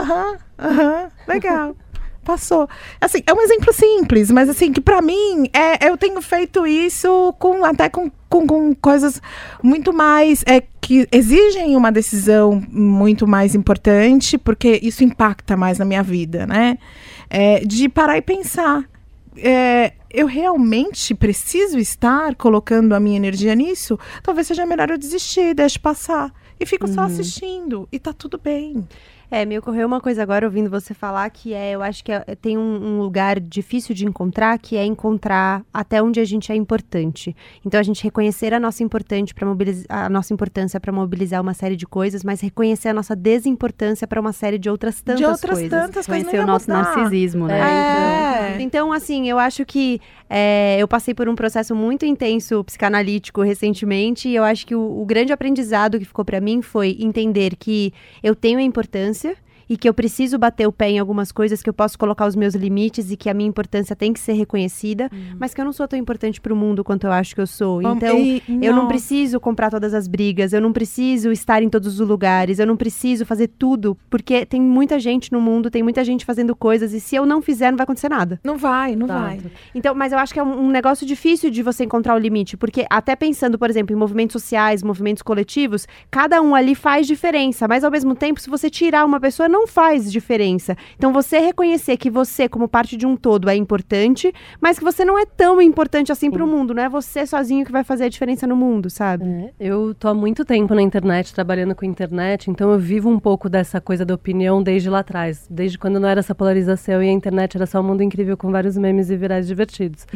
legal. Passou. Assim, é um exemplo simples, mas assim, que pra mim, eu tenho feito isso até com coisas muito mais, que exigem uma decisão muito mais importante, porque isso impacta mais na minha vida, né? De parar e pensar. eu realmente preciso estar colocando a minha energia nisso, talvez seja melhor eu desistir, deixo passar. E fico só assistindo, e tá tudo bem. Me ocorreu uma coisa agora ouvindo você falar, que eu acho que tem um lugar difícil de encontrar, que é encontrar até onde a gente é importante. Então, a gente reconhecer a nossa importância para mobilizar uma série de coisas, mas reconhecer a nossa desimportância para uma série de outras tantas coisas. Tantas coisas. Conhecer o nosso narcisismo, né? Então, assim, eu acho que eu passei por um processo muito intenso psicanalítico recentemente, e eu acho que o grande aprendizado que ficou para mim foi entender que eu tenho a importância e que eu preciso bater o pé em algumas coisas, que eu posso colocar os meus limites e que a minha importância tem que ser reconhecida, mas que eu não sou tão importante para o mundo quanto eu acho que eu sou. Então, eu não preciso comprar todas as brigas, eu não preciso estar em todos os lugares, eu não preciso fazer tudo, porque tem muita gente no mundo, tem muita gente fazendo coisas, e se eu não fizer, não vai acontecer nada. Não vai. Então, mas eu acho que é um negócio difícil de você encontrar o limite, porque até pensando, por exemplo, em movimentos sociais, movimentos coletivos, cada um ali faz diferença, mas ao mesmo tempo, se você tirar uma pessoa, não faz diferença. Então, você reconhecer que você, como parte de um todo, é importante, mas que você não é tão importante assim pro mundo, não é você sozinho que vai fazer a diferença no mundo, sabe? Eu tô há muito tempo na internet, trabalhando com internet, então eu vivo um pouco dessa coisa da opinião desde lá atrás, desde quando não era essa polarização e a internet era só um mundo incrível com vários memes e virais divertidos.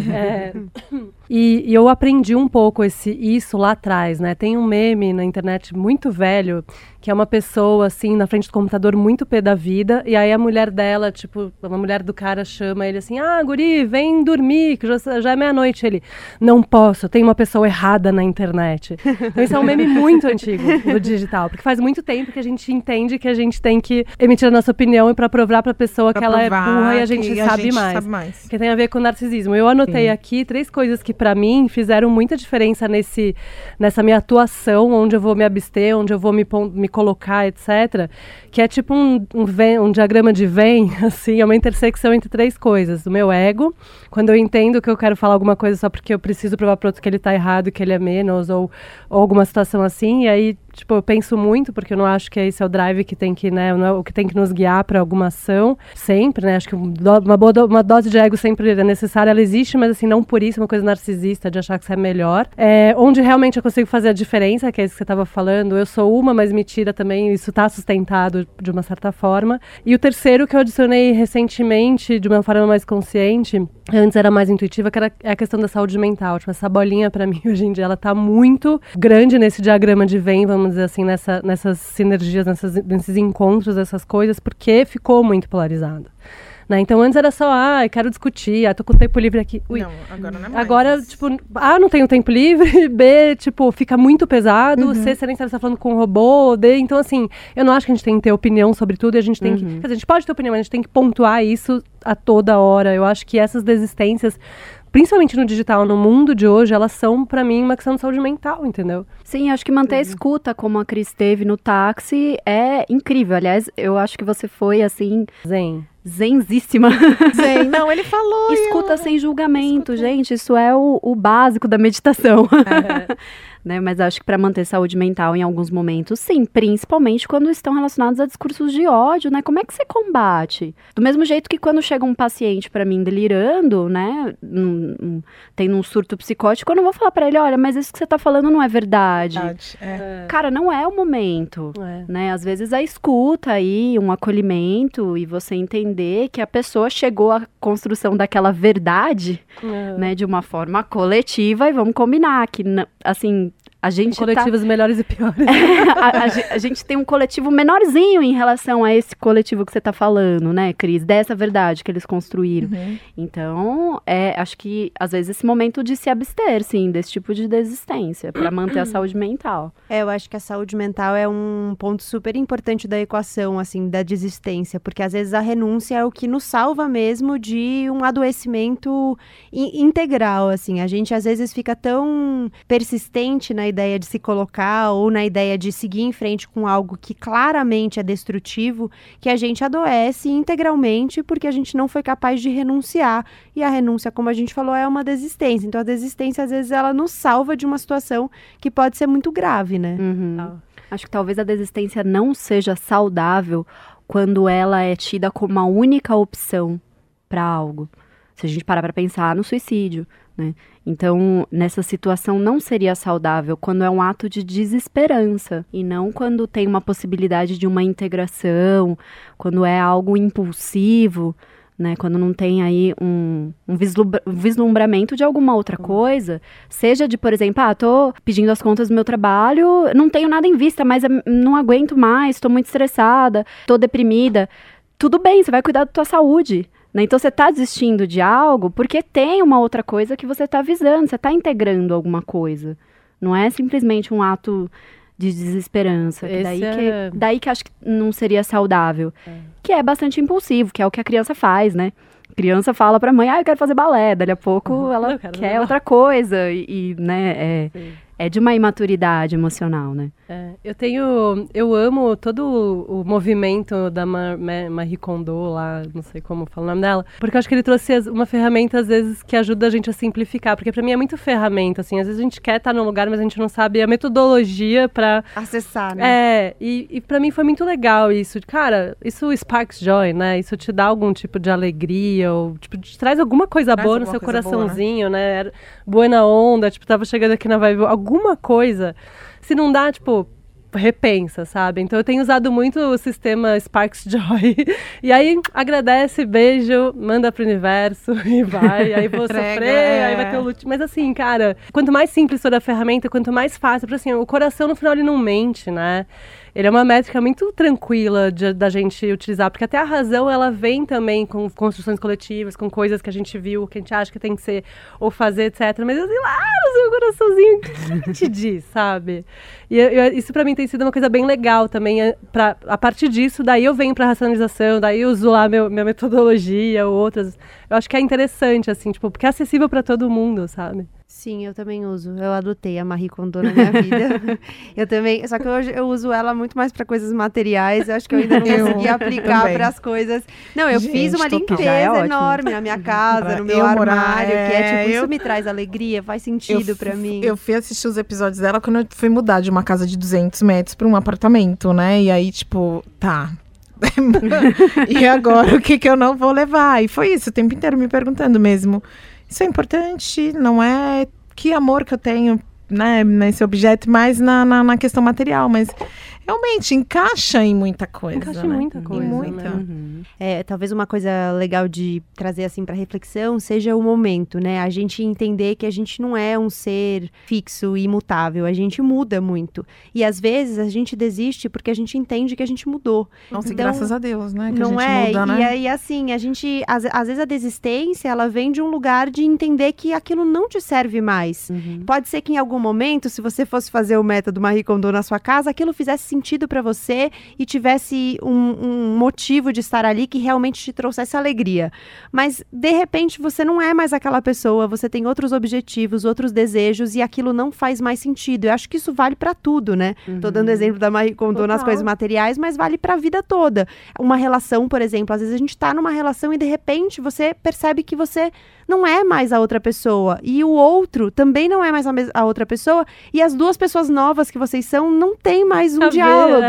E eu aprendi um pouco isso lá atrás, né? Tem um meme na internet muito velho, que é uma pessoa, assim, na frente do computador, muito pé da vida, e aí a mulher dela, tipo, uma mulher do cara chama ele assim, guri, vem dormir, que já é meia-noite. Ele, não posso, tem uma pessoa errada na internet. Então isso é um meme muito antigo do digital, porque faz muito tempo que a gente entende que a gente tem que emitir a nossa opinião e pra provar pra pessoa que ela é burra e a gente sabe mais. Que tem a ver com narcisismo. Eu anotei aqui 3 coisas que pra mim fizeram muita diferença nessa minha atuação, onde eu vou me abster, onde eu vou me colocar, etc. Que é tipo um diagrama de Venn, assim, é uma intersecção entre 3 coisas. O meu ego, quando eu entendo que eu quero falar alguma coisa só porque eu preciso provar pro outro que ele tá errado, que ele é menos, ou alguma situação assim, e aí, tipo, eu penso muito, porque eu não acho que esse é o drive que tem que, né, não é o que tem que nos guiar para alguma ação, sempre, né, acho que uma dose de ego sempre é necessária, ela existe, mas assim, não por isso uma coisa narcisista, de achar que você é melhor. Onde realmente eu consigo fazer a diferença, que é isso que você estava falando, eu sou uma, mas me tira também, isso está sustentado de uma certa forma. E o terceiro que eu adicionei recentemente, de uma forma mais consciente, antes era mais intuitiva, que é a questão da saúde mental. Tipo, essa bolinha, para mim, hoje em dia, ela tá muito grande nesse diagrama de Venn, vamos dizer assim, nessas sinergias, nesses encontros, essas coisas, porque ficou muito polarizado. Né? Então, antes era só, eu quero discutir, tô com tempo livre aqui. Ui. Não, agora não é mais. Agora, tipo, não tenho tempo livre, B, tipo, fica muito pesado, C, você nem sabe se tá falando com um robô, D, então, assim, eu não acho que a gente tem que ter opinião sobre tudo, e a gente tem que, quer dizer, a gente pode ter opinião, mas a gente tem que pontuar isso a toda hora. Eu acho que essas desistências, principalmente no digital, no mundo de hoje, elas são, pra mim, uma questão de saúde mental, entendeu? Sim, acho que manter a escuta, como a Cris teve no táxi, é incrível. Aliás, eu acho que você foi, assim... Zenzíssima. Zen, não, ele falou. Escuta sem julgamento, gente. Isso é o básico da meditação. Né? Mas acho que para manter saúde mental em alguns momentos, sim. Principalmente quando estão relacionados a discursos de ódio, né? Como é que você combate? Do mesmo jeito que quando chega um paciente para mim delirando, né? Tem um surto psicótico, eu não vou falar para ele, olha, mas isso que você tá falando não é verdade. Cara, não é o momento. Né? Às vezes a escuta aí, um acolhimento e você entender que a pessoa chegou à construção daquela verdade, né? De uma forma coletiva, e vamos combinar que, assim... A gente coletivos melhores e piores. A gente tem um coletivo menorzinho em relação a esse coletivo que você está falando, né, Cris? Dessa verdade que eles construíram. Então, acho que, às vezes, esse momento de se abster, sim, desse tipo de desistência, para manter a saúde mental. Eu acho que a saúde mental é um ponto super importante da equação, assim, da desistência, porque, às vezes, a renúncia é o que nos salva mesmo de um adoecimento integral, assim. A gente, às vezes, fica tão persistente na ideia de se colocar ou na ideia de seguir em frente com algo que claramente é destrutivo, que a gente adoece integralmente porque a gente não foi capaz de renunciar. E a renúncia, como a gente falou, é uma desistência. Então, a desistência, às vezes, ela nos salva de uma situação que pode ser muito grave, né? Acho que talvez a desistência não seja saudável quando ela é tida como a única opção para algo. Se a gente parar para pensar no suicídio, né? Então, nessa situação não seria saudável quando é um ato de desesperança e não quando tem uma possibilidade de uma integração, quando é algo impulsivo, né? Quando não tem aí um vislumbramento de alguma outra coisa, seja de, por exemplo, tô pedindo as contas do meu trabalho, não tenho nada em vista, mas não aguento mais, tô muito estressada, tô deprimida. Tudo bem, você vai cuidar da tua saúde. Então, você está desistindo de algo porque tem uma outra coisa que você está visando, você está integrando alguma coisa. Não é simplesmente um ato de desesperança. Daí que acho que não seria saudável. Que é bastante impulsivo, que é o que a criança faz, né? A criança fala pra mãe, eu quero fazer balé. Dali a pouco ela quer outra coisa. Né, é de uma imaturidade emocional, né? Eu amo todo o movimento da Marie Kondo lá, não sei como fala o nome dela, porque eu acho que ele trouxe uma ferramenta, às vezes, que ajuda a gente a simplificar, porque pra mim é muito ferramenta, assim, às vezes a gente quer estar num lugar, mas a gente não sabe a metodologia pra... acessar, né? E pra mim foi muito legal isso, cara, isso sparks joy, né, isso te dá algum tipo de alegria, ou, tipo, te traz alguma coisa boa no seu coraçãozinho, boa, né, boa na onda, tipo, tava chegando aqui na vibe, alguma coisa, se não dá, tipo, repensa, sabe? Então eu tenho usado muito o sistema Sparks Joy. E aí agradece, beijo, manda pro universo e vai. Aí vou sofrer, aí vai ter o luto. Mas assim, cara, quanto mais simples for a ferramenta, quanto mais fácil, porque assim, o coração no final ele não mente, né? Ele é uma métrica muito tranquila da gente utilizar, porque até a razão, ela vem também com construções coletivas, com coisas que a gente viu, que a gente acha que tem que ser, ou fazer, etc. Mas assim, lá no seu coraçãozinho, o que te diz, sabe? E isso pra mim tem sido uma coisa bem legal também. A partir disso, daí eu venho pra racionalização, daí eu uso lá minha metodologia ou outras. Eu acho que é interessante, assim, tipo, porque é acessível pra todo mundo, sabe? Sim, eu também uso. Eu adotei a Marie Kondo na minha vida. Eu também, só que hoje eu uso ela muito mais para coisas materiais. Eu acho que eu ainda não consegui aplicar para as coisas. Não, eu fiz uma limpeza enorme na minha casa, no meu armário, que é tipo, isso me traz alegria, faz sentido para mim. Eu fui assistir os episódios dela quando eu fui mudar de uma casa de 200 metros para um apartamento, né? E aí, tipo, tá... e agora, o que eu não vou levar? E foi isso, o tempo inteiro me perguntando mesmo. Isso é importante, não é que amor que eu tenho, né, nesse objeto, mas na questão material, mas realmente encaixa em muita coisa. Encaixa em muita coisa. Em muita. Né? Talvez uma coisa legal de trazer assim para reflexão seja o momento, né? A gente entender que a gente não é um ser fixo e imutável, a gente muda muito. E às vezes a gente desiste porque a gente entende que a gente mudou. Nossa, então, graças a Deus, né? Que não a gente muda, né? E aí, assim, a gente, às vezes a desistência, ela vem de um lugar de entender que aquilo não te serve mais. Pode ser que em algum momento, se você fosse fazer o método Marie Kondo na sua casa, aquilo fizesse sentido para você e tivesse um motivo de estar ali que realmente te trouxesse alegria. Mas, de repente, você não é mais aquela pessoa, você tem outros objetivos, outros desejos e aquilo não faz mais sentido. Eu acho que isso vale para tudo, né? Tô dando exemplo da Marie Kondo nas coisas materiais, mas vale para a vida toda. Uma relação, por exemplo, às vezes a gente tá numa relação e, de repente, você percebe que você não é mais a outra pessoa e o outro também não é mais a outra pessoa e as duas pessoas novas que vocês são não tem mais um diálogo.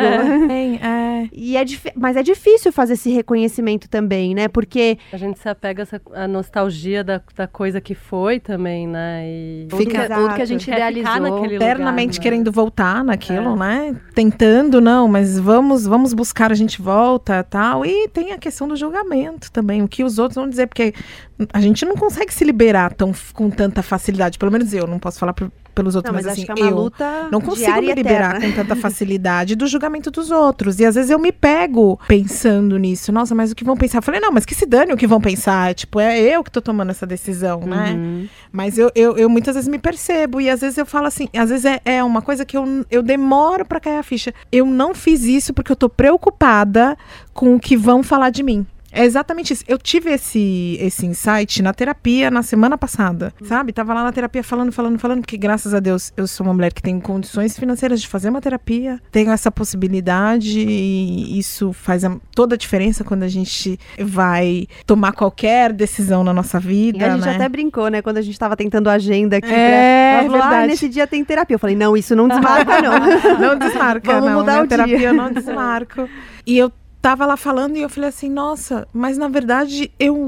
Mas é difícil fazer esse reconhecimento também, né? Porque a gente se apega à nostalgia da coisa que foi também, né? E fica tudo que a gente idealizou eternamente querendo voltar naquilo, né? Tentando, não, mas vamos buscar, a gente volta, tal. E tem a questão do julgamento também, o que os outros vão dizer, porque a gente não consegue se liberar com tanta facilidade, pelo menos eu não posso falar pelos outros, mas assim, acho que é uma luta não consigo me liberar com tanta facilidade do julgamento dos outros, e às vezes eu me pego pensando nisso, nossa, mas o que vão pensar? Eu falei, não, mas que se dane o que vão pensar, tipo, é eu que tô tomando essa decisão, né? Mas eu muitas vezes me percebo, e às vezes eu falo assim, às vezes é uma coisa que eu demoro pra cair a ficha, eu não fiz isso porque eu tô preocupada com o que vão falar de mim. É exatamente isso. Eu tive esse insight na terapia na semana passada, sabe? Tava lá na terapia falando, porque graças a Deus eu sou uma mulher que tem condições financeiras de fazer uma terapia, tenho essa possibilidade e isso faz toda a diferença quando a gente vai tomar qualquer decisão na nossa vida, a gente né? até brincou, né? Quando a gente tava tentando a agenda aqui. Ela falou, nesse dia tem terapia. Eu falei, não, isso não desmarca, não. Não desmarca, Vamos não. mudar o terapia dia. Eu não desmarco. E eu tava lá falando e eu falei assim, nossa, mas na verdade eu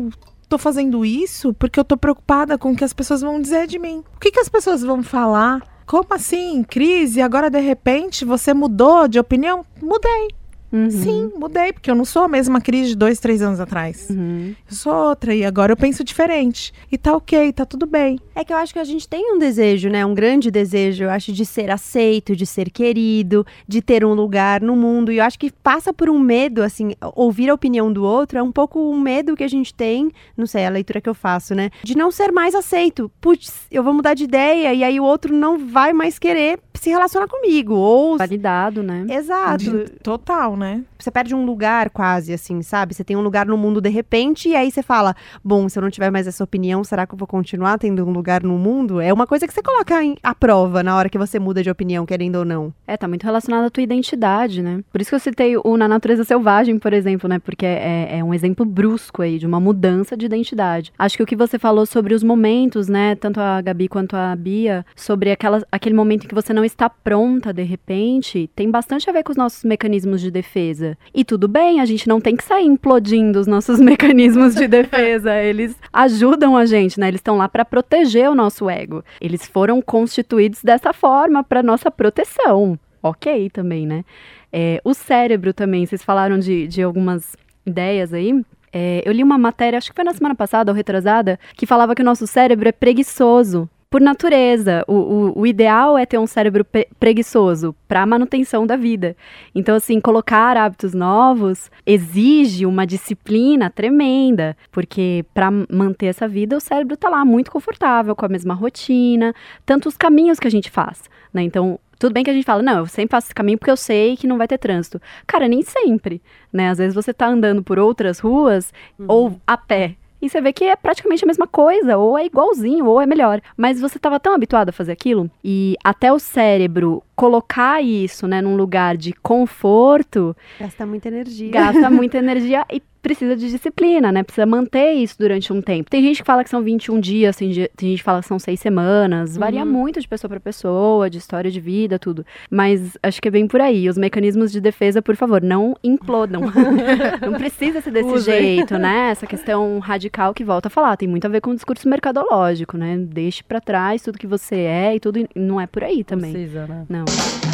tô fazendo isso porque eu tô preocupada com o que as pessoas vão dizer de mim. O que as pessoas vão falar? Como assim? Crise? Agora, de repente, você mudou de opinião? Mudei. Sim, mudei, porque eu não sou a mesma Cris de 2, 3 anos atrás. Eu sou outra, e agora eu penso diferente. E tá ok, tá tudo bem. É que eu acho que a gente tem um desejo, né? Um grande desejo, eu acho, de ser aceito, de ser querido, de ter um lugar no mundo. E eu acho que passa por um medo, assim, ouvir a opinião do outro é um pouco um medo que a gente tem, não sei, a leitura que eu faço, né? De não ser mais aceito. Putz, eu vou mudar de ideia e aí o outro não vai mais querer se relacionar comigo. Ou... validado, né? Exato. Total, né? Você perde um lugar quase, assim, sabe? Você tem um lugar no mundo de repente e aí você fala, bom, se eu não tiver mais essa opinião, será que eu vou continuar tendo um lugar no mundo? É uma coisa que você coloca à prova na hora que você muda de opinião, querendo ou não. Tá muito relacionado à tua identidade, né? Por isso que eu citei o Na Natureza Selvagem, por exemplo, né? Porque é um exemplo brusco aí de uma mudança de identidade. Acho que o que você falou sobre os momentos, né? Tanto a Gabi quanto a Bia, sobre aquele momento em que você não está pronta, de repente, tem bastante a ver com os nossos mecanismos de defesa. E tudo bem, a gente não tem que sair implodindo os nossos mecanismos de defesa. Eles ajudam a gente, né? Eles estão lá para proteger o nosso ego. Eles foram constituídos dessa forma para nossa proteção. Ok também, né? O cérebro também, vocês falaram de algumas ideias aí. Eu li uma matéria, acho que foi na semana passada ou retrasada, que falava que o nosso cérebro é preguiçoso. Por natureza, o ideal é ter um cérebro preguiçoso para a manutenção da vida. Então, assim, colocar hábitos novos exige uma disciplina tremenda, porque para manter essa vida, o cérebro está lá muito confortável, com a mesma rotina, tanto os caminhos que a gente faz, né? Então, tudo bem que a gente fala, não, eu sempre faço esse caminho porque eu sei que não vai ter trânsito. Cara, nem sempre, né? Às vezes você tá andando por outras ruas ou a pé. E você vê que é praticamente a mesma coisa, ou é igualzinho, ou é melhor. Mas você estava tão habituado a fazer aquilo, e até o cérebro colocar isso, né, num lugar de conforto... Gasta muita energia. Gasta muita energia e precisa de disciplina, né? Precisa manter isso durante um tempo. Tem gente que fala que são 21 dias, tem gente que fala que são 6 semanas. Varia muito de pessoa para pessoa, de história de vida, tudo. Mas acho que é bem por aí. Os mecanismos de defesa, por favor, não implodam. Não precisa ser desse jeito, né? Essa questão radical que volta a falar. Tem muito a ver com o discurso mercadológico, né? Deixe para trás tudo que você é e tudo. Não é por aí também. Não precisa, né? Não.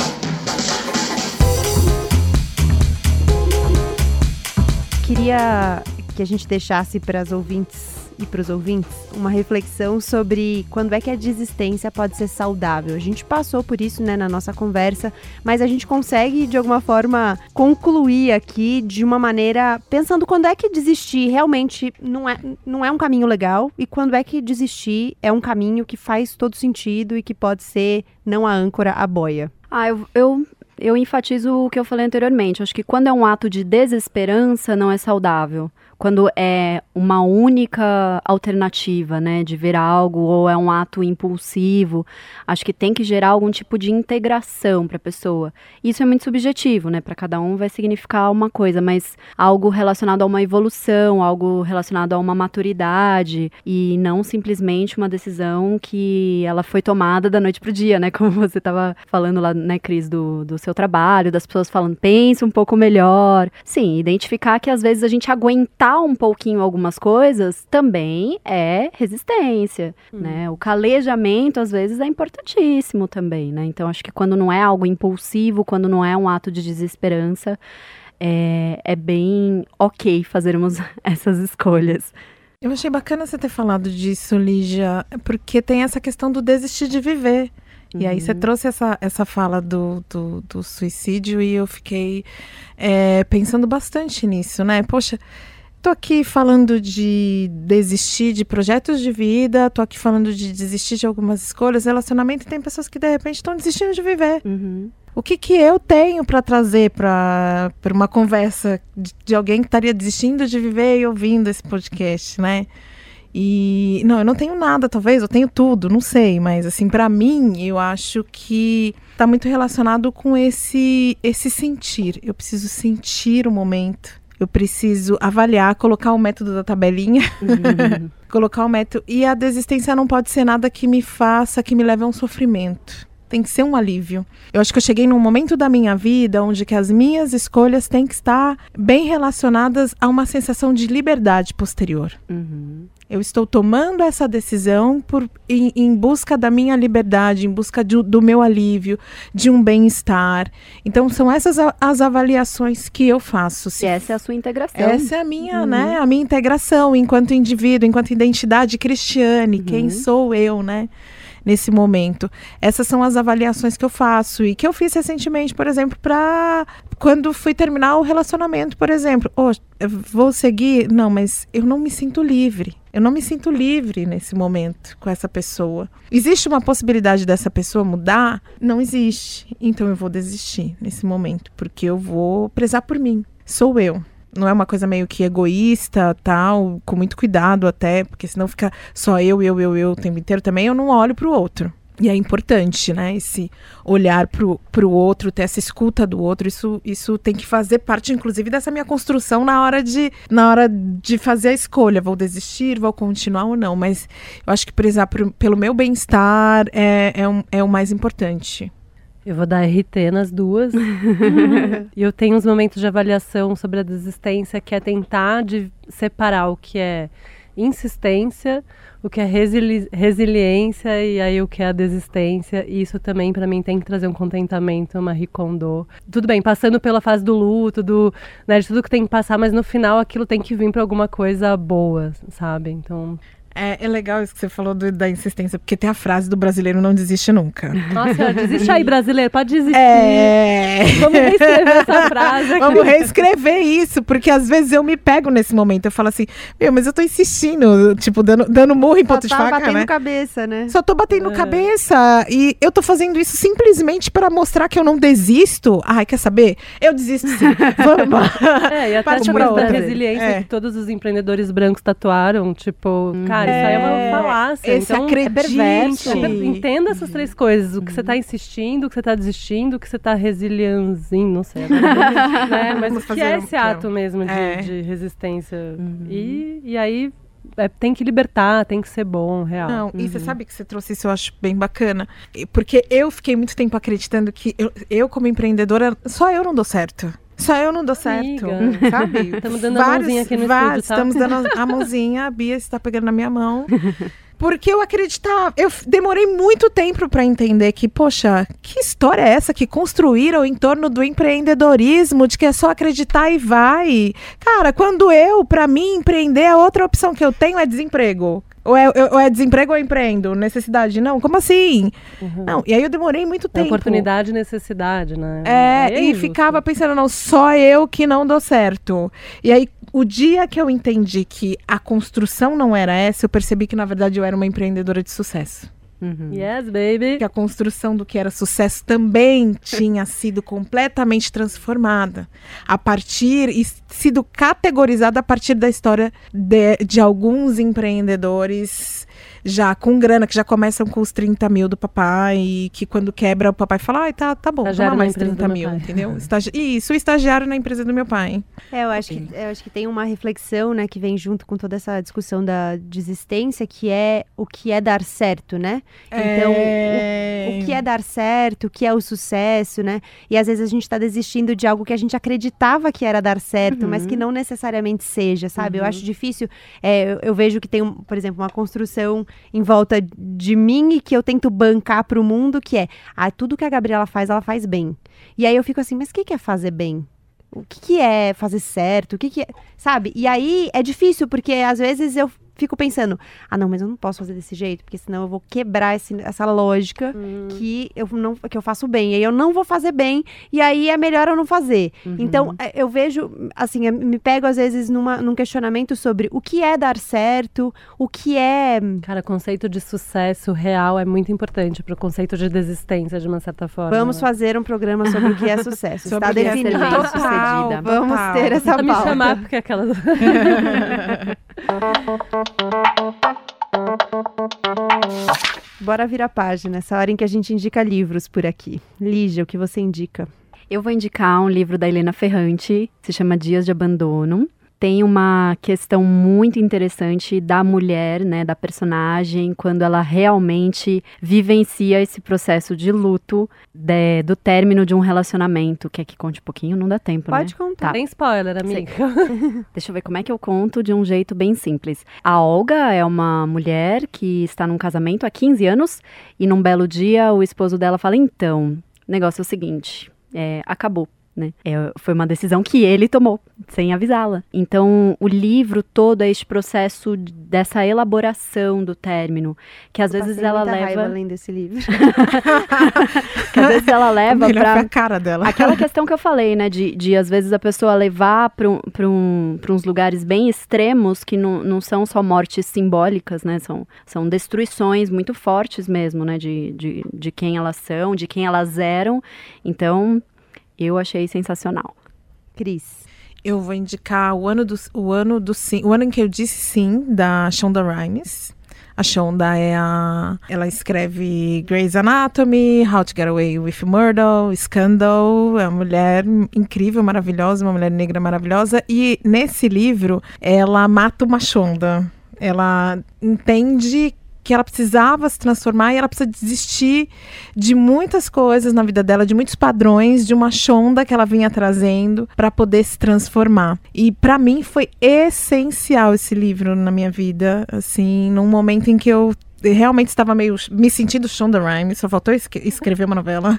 Queria que a gente deixasse para as ouvintes e para os ouvintes uma reflexão sobre quando é que a desistência pode ser saudável. A gente passou por isso, né, na nossa conversa, mas a gente consegue, de alguma forma, concluir aqui de uma maneira pensando quando é que desistir realmente não é um caminho legal e quando é que desistir é um caminho que faz todo sentido e que pode ser não a âncora, a boia. Eu enfatizo o que eu falei anteriormente. Acho que quando é um ato de desesperança, não é saudável. Quando é uma única alternativa, né, de ver algo, ou é um ato impulsivo, acho que tem que gerar algum tipo de integração para a pessoa. Isso é muito subjetivo, né, para cada um vai significar uma coisa, mas algo relacionado a uma evolução, algo relacionado a uma maturidade, e não simplesmente uma decisão que ela foi tomada da noite pro dia, né, como você estava falando lá, né, Cris, do seu trabalho, das pessoas falando, pense um pouco melhor. Sim, identificar que às vezes a gente aguentar um pouquinho algumas coisas também é resistência, né? O calejamento, às vezes, é importantíssimo também, né? Então, acho que quando não é algo impulsivo, quando não é um ato de desesperança, é bem ok fazermos essas escolhas. Eu achei bacana você ter falado disso, Lígia, porque tem essa questão do desistir de viver. E aí você trouxe essa fala do suicídio e eu fiquei pensando bastante nisso, né? Poxa, tô aqui falando de desistir de projetos de vida, tô aqui falando de desistir de algumas escolhas, relacionamento, e tem pessoas que de repente estão desistindo de viver. O que eu tenho para trazer para uma conversa de alguém que estaria desistindo de viver e ouvindo esse podcast, né? E, não, eu não tenho nada, talvez, eu tenho tudo, não sei, mas assim, para mim, eu acho que tá muito relacionado com esse sentir. Eu preciso sentir o momento, eu preciso avaliar, colocar o método da tabelinha, colocar o método, e a desistência não pode ser nada que me faça, que me leve a um sofrimento. tem que ser um alívio. Eu acho que eu cheguei num momento da minha vida onde que as minhas escolhas têm que estar bem relacionadas a uma sensação de liberdade posterior. Eu estou tomando essa decisão em busca da minha liberdade, em busca do meu alívio, de um bem-estar. Então, são essas as avaliações que eu faço. E essa é a sua integração. Essa é a minha, né? A minha integração enquanto indivíduo, enquanto identidade cristiane. Quem sou eu, né? Nesse momento. Essas são as avaliações que eu faço e que eu fiz recentemente, por exemplo, para quando fui terminar o relacionamento, por exemplo. Eu vou seguir? Não, mas eu não me sinto livre. Eu não me sinto livre nesse momento com essa pessoa. Existe uma possibilidade dessa pessoa mudar? Não existe. Então eu vou desistir nesse momento, porque eu vou prezar por mim. Sou eu. Não é uma coisa meio que egoísta, tal, com muito cuidado até, porque senão fica só eu o tempo inteiro também, eu não olho pro outro. E é importante, né, esse olhar pro outro, ter essa escuta do outro, isso tem que fazer parte, inclusive, dessa minha construção na hora de fazer a escolha. Vou desistir, vou continuar ou não, mas eu acho que prezar pelo meu bem-estar é o mais importante. Eu vou dar RT nas duas. E eu tenho uns momentos de avaliação sobre a desistência, que é tentar separar o que é insistência, o que é resiliência e aí o que é a desistência. E isso também, para mim, tem que trazer um contentamento, uma Marie Kondo. Tudo bem, passando pela fase do luto, né, de tudo que tem que passar, mas no final aquilo tem que vir para alguma coisa boa, sabe? Então... É legal isso que você falou da insistência, porque tem a frase do brasileiro não desiste nunca. Nossa, desiste aí, brasileiro, pode desistir. Vamos reescrever essa frase aqui. Vamos reescrever isso, porque às vezes eu me pego nesse momento, eu falo assim, mas eu tô insistindo, tipo, dando murro em ponto de faca, né? Só tá batendo cabeça, né? Só tô batendo cabeça, e eu tô fazendo isso simplesmente para mostrar que eu não desisto. Ai, quer saber? Eu desisto sim. Vamos. E até essa coisa da resiliência que todos os empreendedores brancos tatuaram, tipo, cara, isso aí é uma falácia. Então, é perverso. Entenda essas três coisas. O que você tá insistindo, o que você tá desistindo, o que você tá resilienzinho, não sei. Né? Mas o que é esse ato mesmo de resistência? E aí... tem que libertar, tem que ser bom, real. Não, e você sabe que você trouxe isso, eu acho bem bacana. Porque eu fiquei muito tempo acreditando que eu como empreendedora, só eu não dou certo. Só eu não dou certo, sabe? Estamos dando a mãozinha aqui no estúdio, tá? Estamos dando a mãozinha, a Bia está pegando na minha mão. Porque eu acreditava, eu demorei muito tempo para entender que, poxa, que história é essa que construíram em torno do empreendedorismo, de que é só acreditar e vai. Cara, para mim, empreender, a outra opção que eu tenho é desemprego. Ou é desemprego ou empreendo? Necessidade? Não, como assim? Não, e aí eu demorei muito tempo. Oportunidade e necessidade, né? E ficava pensando, não, só eu que não dou certo. E aí, o dia que eu entendi que a construção não era essa, eu percebi que, na verdade, eu era uma empreendedora de sucesso. Yes, baby. Que a construção do que era sucesso também tinha sido completamente transformada e sido categorizada a partir da história de alguns empreendedores já com grana, que já começam com os 30 mil do papai, e que quando quebra o papai fala, tá bom, toma mais 30 mil, entendeu? Isso, o estagiário na empresa do meu pai. Eu acho que tem uma reflexão, né, que vem junto com toda essa discussão da desistência, que é o que é dar certo, né? Então, o que é dar certo, o que é o sucesso, né? E às vezes a gente tá desistindo de algo que a gente acreditava que era dar certo, mas que não necessariamente seja, sabe? Eu acho difícil, eu vejo que tem, por exemplo, uma construção em volta de mim e que eu tento bancar pro mundo, que é, tudo que a Gabriela faz, ela faz bem. E aí eu fico assim, mas o que é fazer bem? O que é fazer certo? O que é... Sabe? E aí é difícil, porque às vezes eu fico pensando, não, mas eu não posso fazer desse jeito, porque senão eu vou quebrar essa lógica que eu faço bem. E aí eu não vou fazer bem, e aí é melhor eu não fazer. Então, eu vejo, assim, eu me pego às vezes num questionamento sobre o que é dar certo, o que é... Cara, conceito de sucesso real é muito importante pro conceito de desistência, de uma certa forma. Vamos fazer um programa sobre o que é sucesso. Está definido. Bem-sucedida. Vamos ter essa pauta. Me chamar, porque aquela... Bora virar a página, essa hora em que a gente indica livros por aqui. Lígia, o que você indica? Eu vou indicar um livro da Helena Ferrante, se chama Dias de Abandono. tem uma questão muito interessante da mulher, né, da personagem, quando ela realmente vivencia esse processo de luto do término de um relacionamento. Quer que conte um pouquinho? Não dá tempo, Pode né? contar. Tá. Tem spoiler, amiga. Deixa eu ver como é que eu conto de um jeito bem simples. A Olga é uma mulher que está num casamento há 15 anos e num belo dia o esposo dela fala, então, o negócio é o seguinte, acabou. Né? Foi uma decisão que ele tomou, sem avisá-la. Então, o livro todo é este processo dessa elaboração do término, que às vezes ela leva... raiva além desse livro. Que às vezes ela leva pra... a cara dela. Aquela questão que eu falei, né, de às vezes a pessoa levar para uns lugares bem extremos, que não são só mortes simbólicas, né, são destruições muito fortes mesmo, né, de quem elas são, de quem elas eram. Então... eu achei sensacional. Cris. Eu vou indicar o ano em que eu disse sim, da Shonda Rhimes. A Shonda ela escreve Grey's Anatomy, How to Get Away with Murder, Scandal. É uma mulher incrível, maravilhosa, uma mulher negra maravilhosa. E nesse livro, ela mata uma Shonda. Ela entende que ela precisava se transformar e ela precisa desistir de muitas coisas na vida dela, de muitos padrões, de uma Shonda que ela vinha trazendo para poder se transformar. E para mim foi essencial esse livro na minha vida, assim, num momento em que eu realmente estava me sentindo Shonda Rhimes, só faltou escrever uma novela.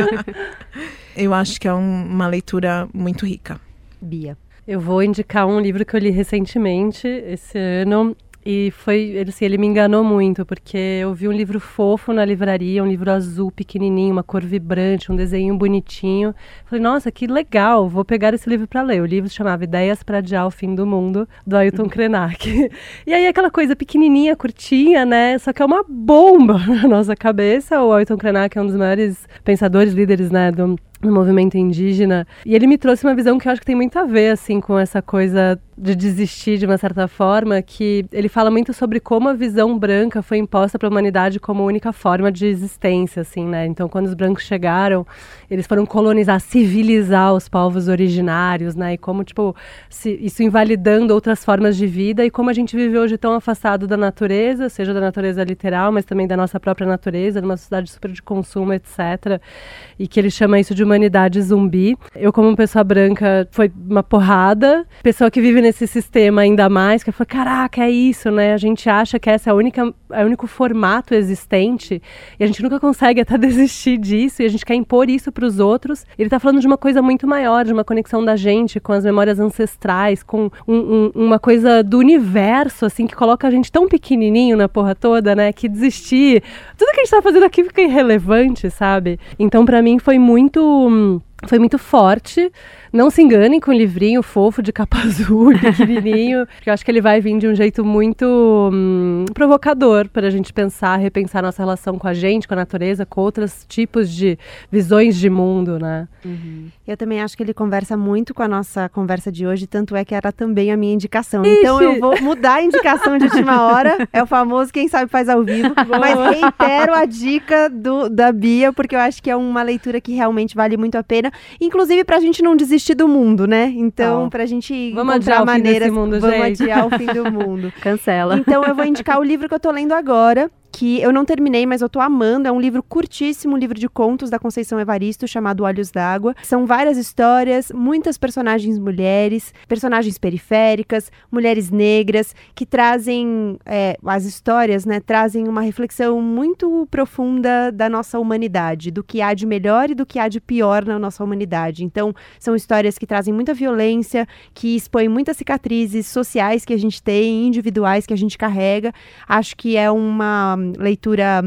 Eu acho que é uma leitura muito rica. Bia. Eu vou indicar um livro que eu li recentemente, esse ano. E ele me enganou muito, porque eu vi um livro fofo na livraria, um livro azul, pequenininho, uma cor vibrante, um desenho bonitinho. Falei, nossa, que legal, vou pegar esse livro para ler. O livro se chamava Ideias para Adiar o Fim do Mundo, do Ailton Krenak. E aí aquela coisa pequenininha, curtinha, né? Só que é uma bomba na nossa cabeça. O Ailton Krenak é um dos maiores pensadores, líderes, né, do movimento indígena. E ele me trouxe uma visão que eu acho que tem muito a ver, assim, com essa coisa de desistir, de uma certa forma, que ele fala muito sobre como a visão branca foi imposta para a humanidade como única forma de existência, assim, né? Então, quando os brancos chegaram, eles foram colonizar, civilizar os povos originários, né? E como, tipo, isso invalidando outras formas de vida e como a gente vive hoje tão afastado da natureza, seja da natureza literal, mas também da nossa própria natureza, numa sociedade super de consumo, etc. E que ele chama isso de humanidade zumbi. Eu, como pessoa branca, foi uma porrada. Pessoa que vive nesse sistema ainda mais, que eu falei, caraca, é isso, né? A gente acha que essa é o único formato existente e a gente nunca consegue até desistir disso e a gente quer impor isso para os outros. Ele tá falando de uma coisa muito maior, de uma conexão da gente com as memórias ancestrais, com uma coisa do universo, assim, que coloca a gente tão pequenininho na porra toda, né? Que desistir, tudo que a gente tá fazendo aqui fica irrelevante, sabe? Então, para mim, foi muito forte. Não se enganem com o livrinho fofo de capa azul, pequenininho, porque eu acho que ele vai vir de um jeito muito provocador para a gente pensar, repensar nossa relação com a gente, com a natureza, com outros tipos de visões de mundo, né? Uhum. Eu também acho que ele conversa muito com a nossa conversa de hoje, tanto é que era também a minha indicação. Ixi. Então eu vou mudar a indicação de última hora, é o famoso quem sabe faz ao vivo, mas reitero a dica da Bia, porque eu acho que é uma leitura que realmente vale muito a pena, inclusive pra gente não desistir do mundo, né? Então, pra gente encontrar maneiras, vamos adiar o fim do mundo. Cancela. Então, eu vou indicar o livro que eu tô lendo agora, que eu não terminei, mas eu tô amando. É um livro curtíssimo, um livro de contos da Conceição Evaristo, chamado Olhos d'Água. São várias histórias, muitas personagens mulheres, personagens periféricas, mulheres negras, que trazem, as histórias, né, trazem uma reflexão muito profunda da nossa humanidade, do que há de melhor e do que há de pior na nossa humanidade. Então, são histórias que trazem muita violência, que expõem muitas cicatrizes sociais que a gente tem, individuais que a gente carrega. Acho que é uma leitura,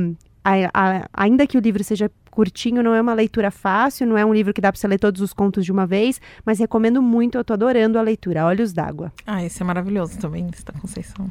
ainda que o livro seja curtinho, não é uma leitura fácil, não é um livro que dá para você ler todos os contos de uma vez, mas recomendo muito, eu tô adorando a leitura, Olhos d'Água. Esse é maravilhoso também, esse da Conceição.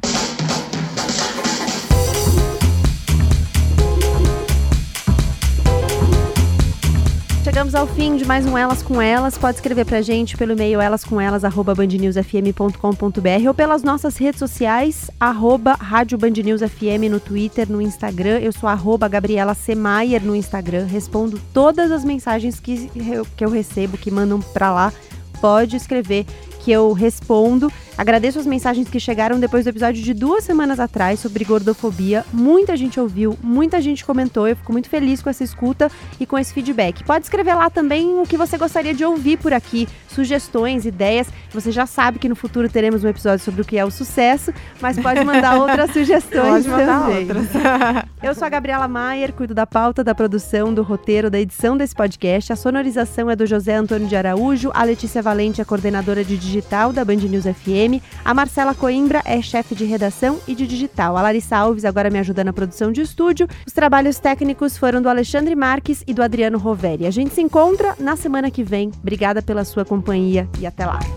Chegamos ao fim de mais um Elas com Elas. Pode escrever pra gente pelo e-mail elascomelas@bandnewsfm.com.br ou pelas nossas redes sociais, @Rádio Band News FM no Twitter, no Instagram. Eu sou @Gabriela Semayer no Instagram. Respondo todas as mensagens que eu recebo, que mandam pra lá. Pode escrever que eu respondo. Agradeço as mensagens que chegaram depois do episódio de 2 semanas atrás sobre gordofobia. Muita gente ouviu, muita gente comentou. Eu fico muito feliz com essa escuta e com esse feedback. Pode escrever lá também o que você gostaria de ouvir por aqui, sugestões, ideias. Você já sabe que no futuro teremos um episódio sobre o que é o sucesso, mas pode mandar outras sugestões também. Eu sou a Gabriela Maier, cuido da pauta, da produção, do roteiro, da edição desse podcast. A sonorização é do José Antônio de Araújo, a Letícia Valente é coordenadora de digital da Band News FM, a Marcela Coimbra é chefe de redação e de digital. A Larissa Alves agora me ajuda na produção de estúdio. Os trabalhos técnicos foram do Alexandre Marques e do Adriano Roveri. A gente se encontra na semana que vem. Obrigada pela sua companhia e até lá.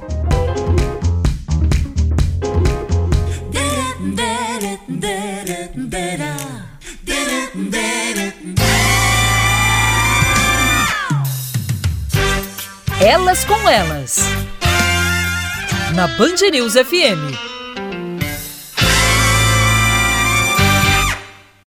Elas com Elas, na Band News FM.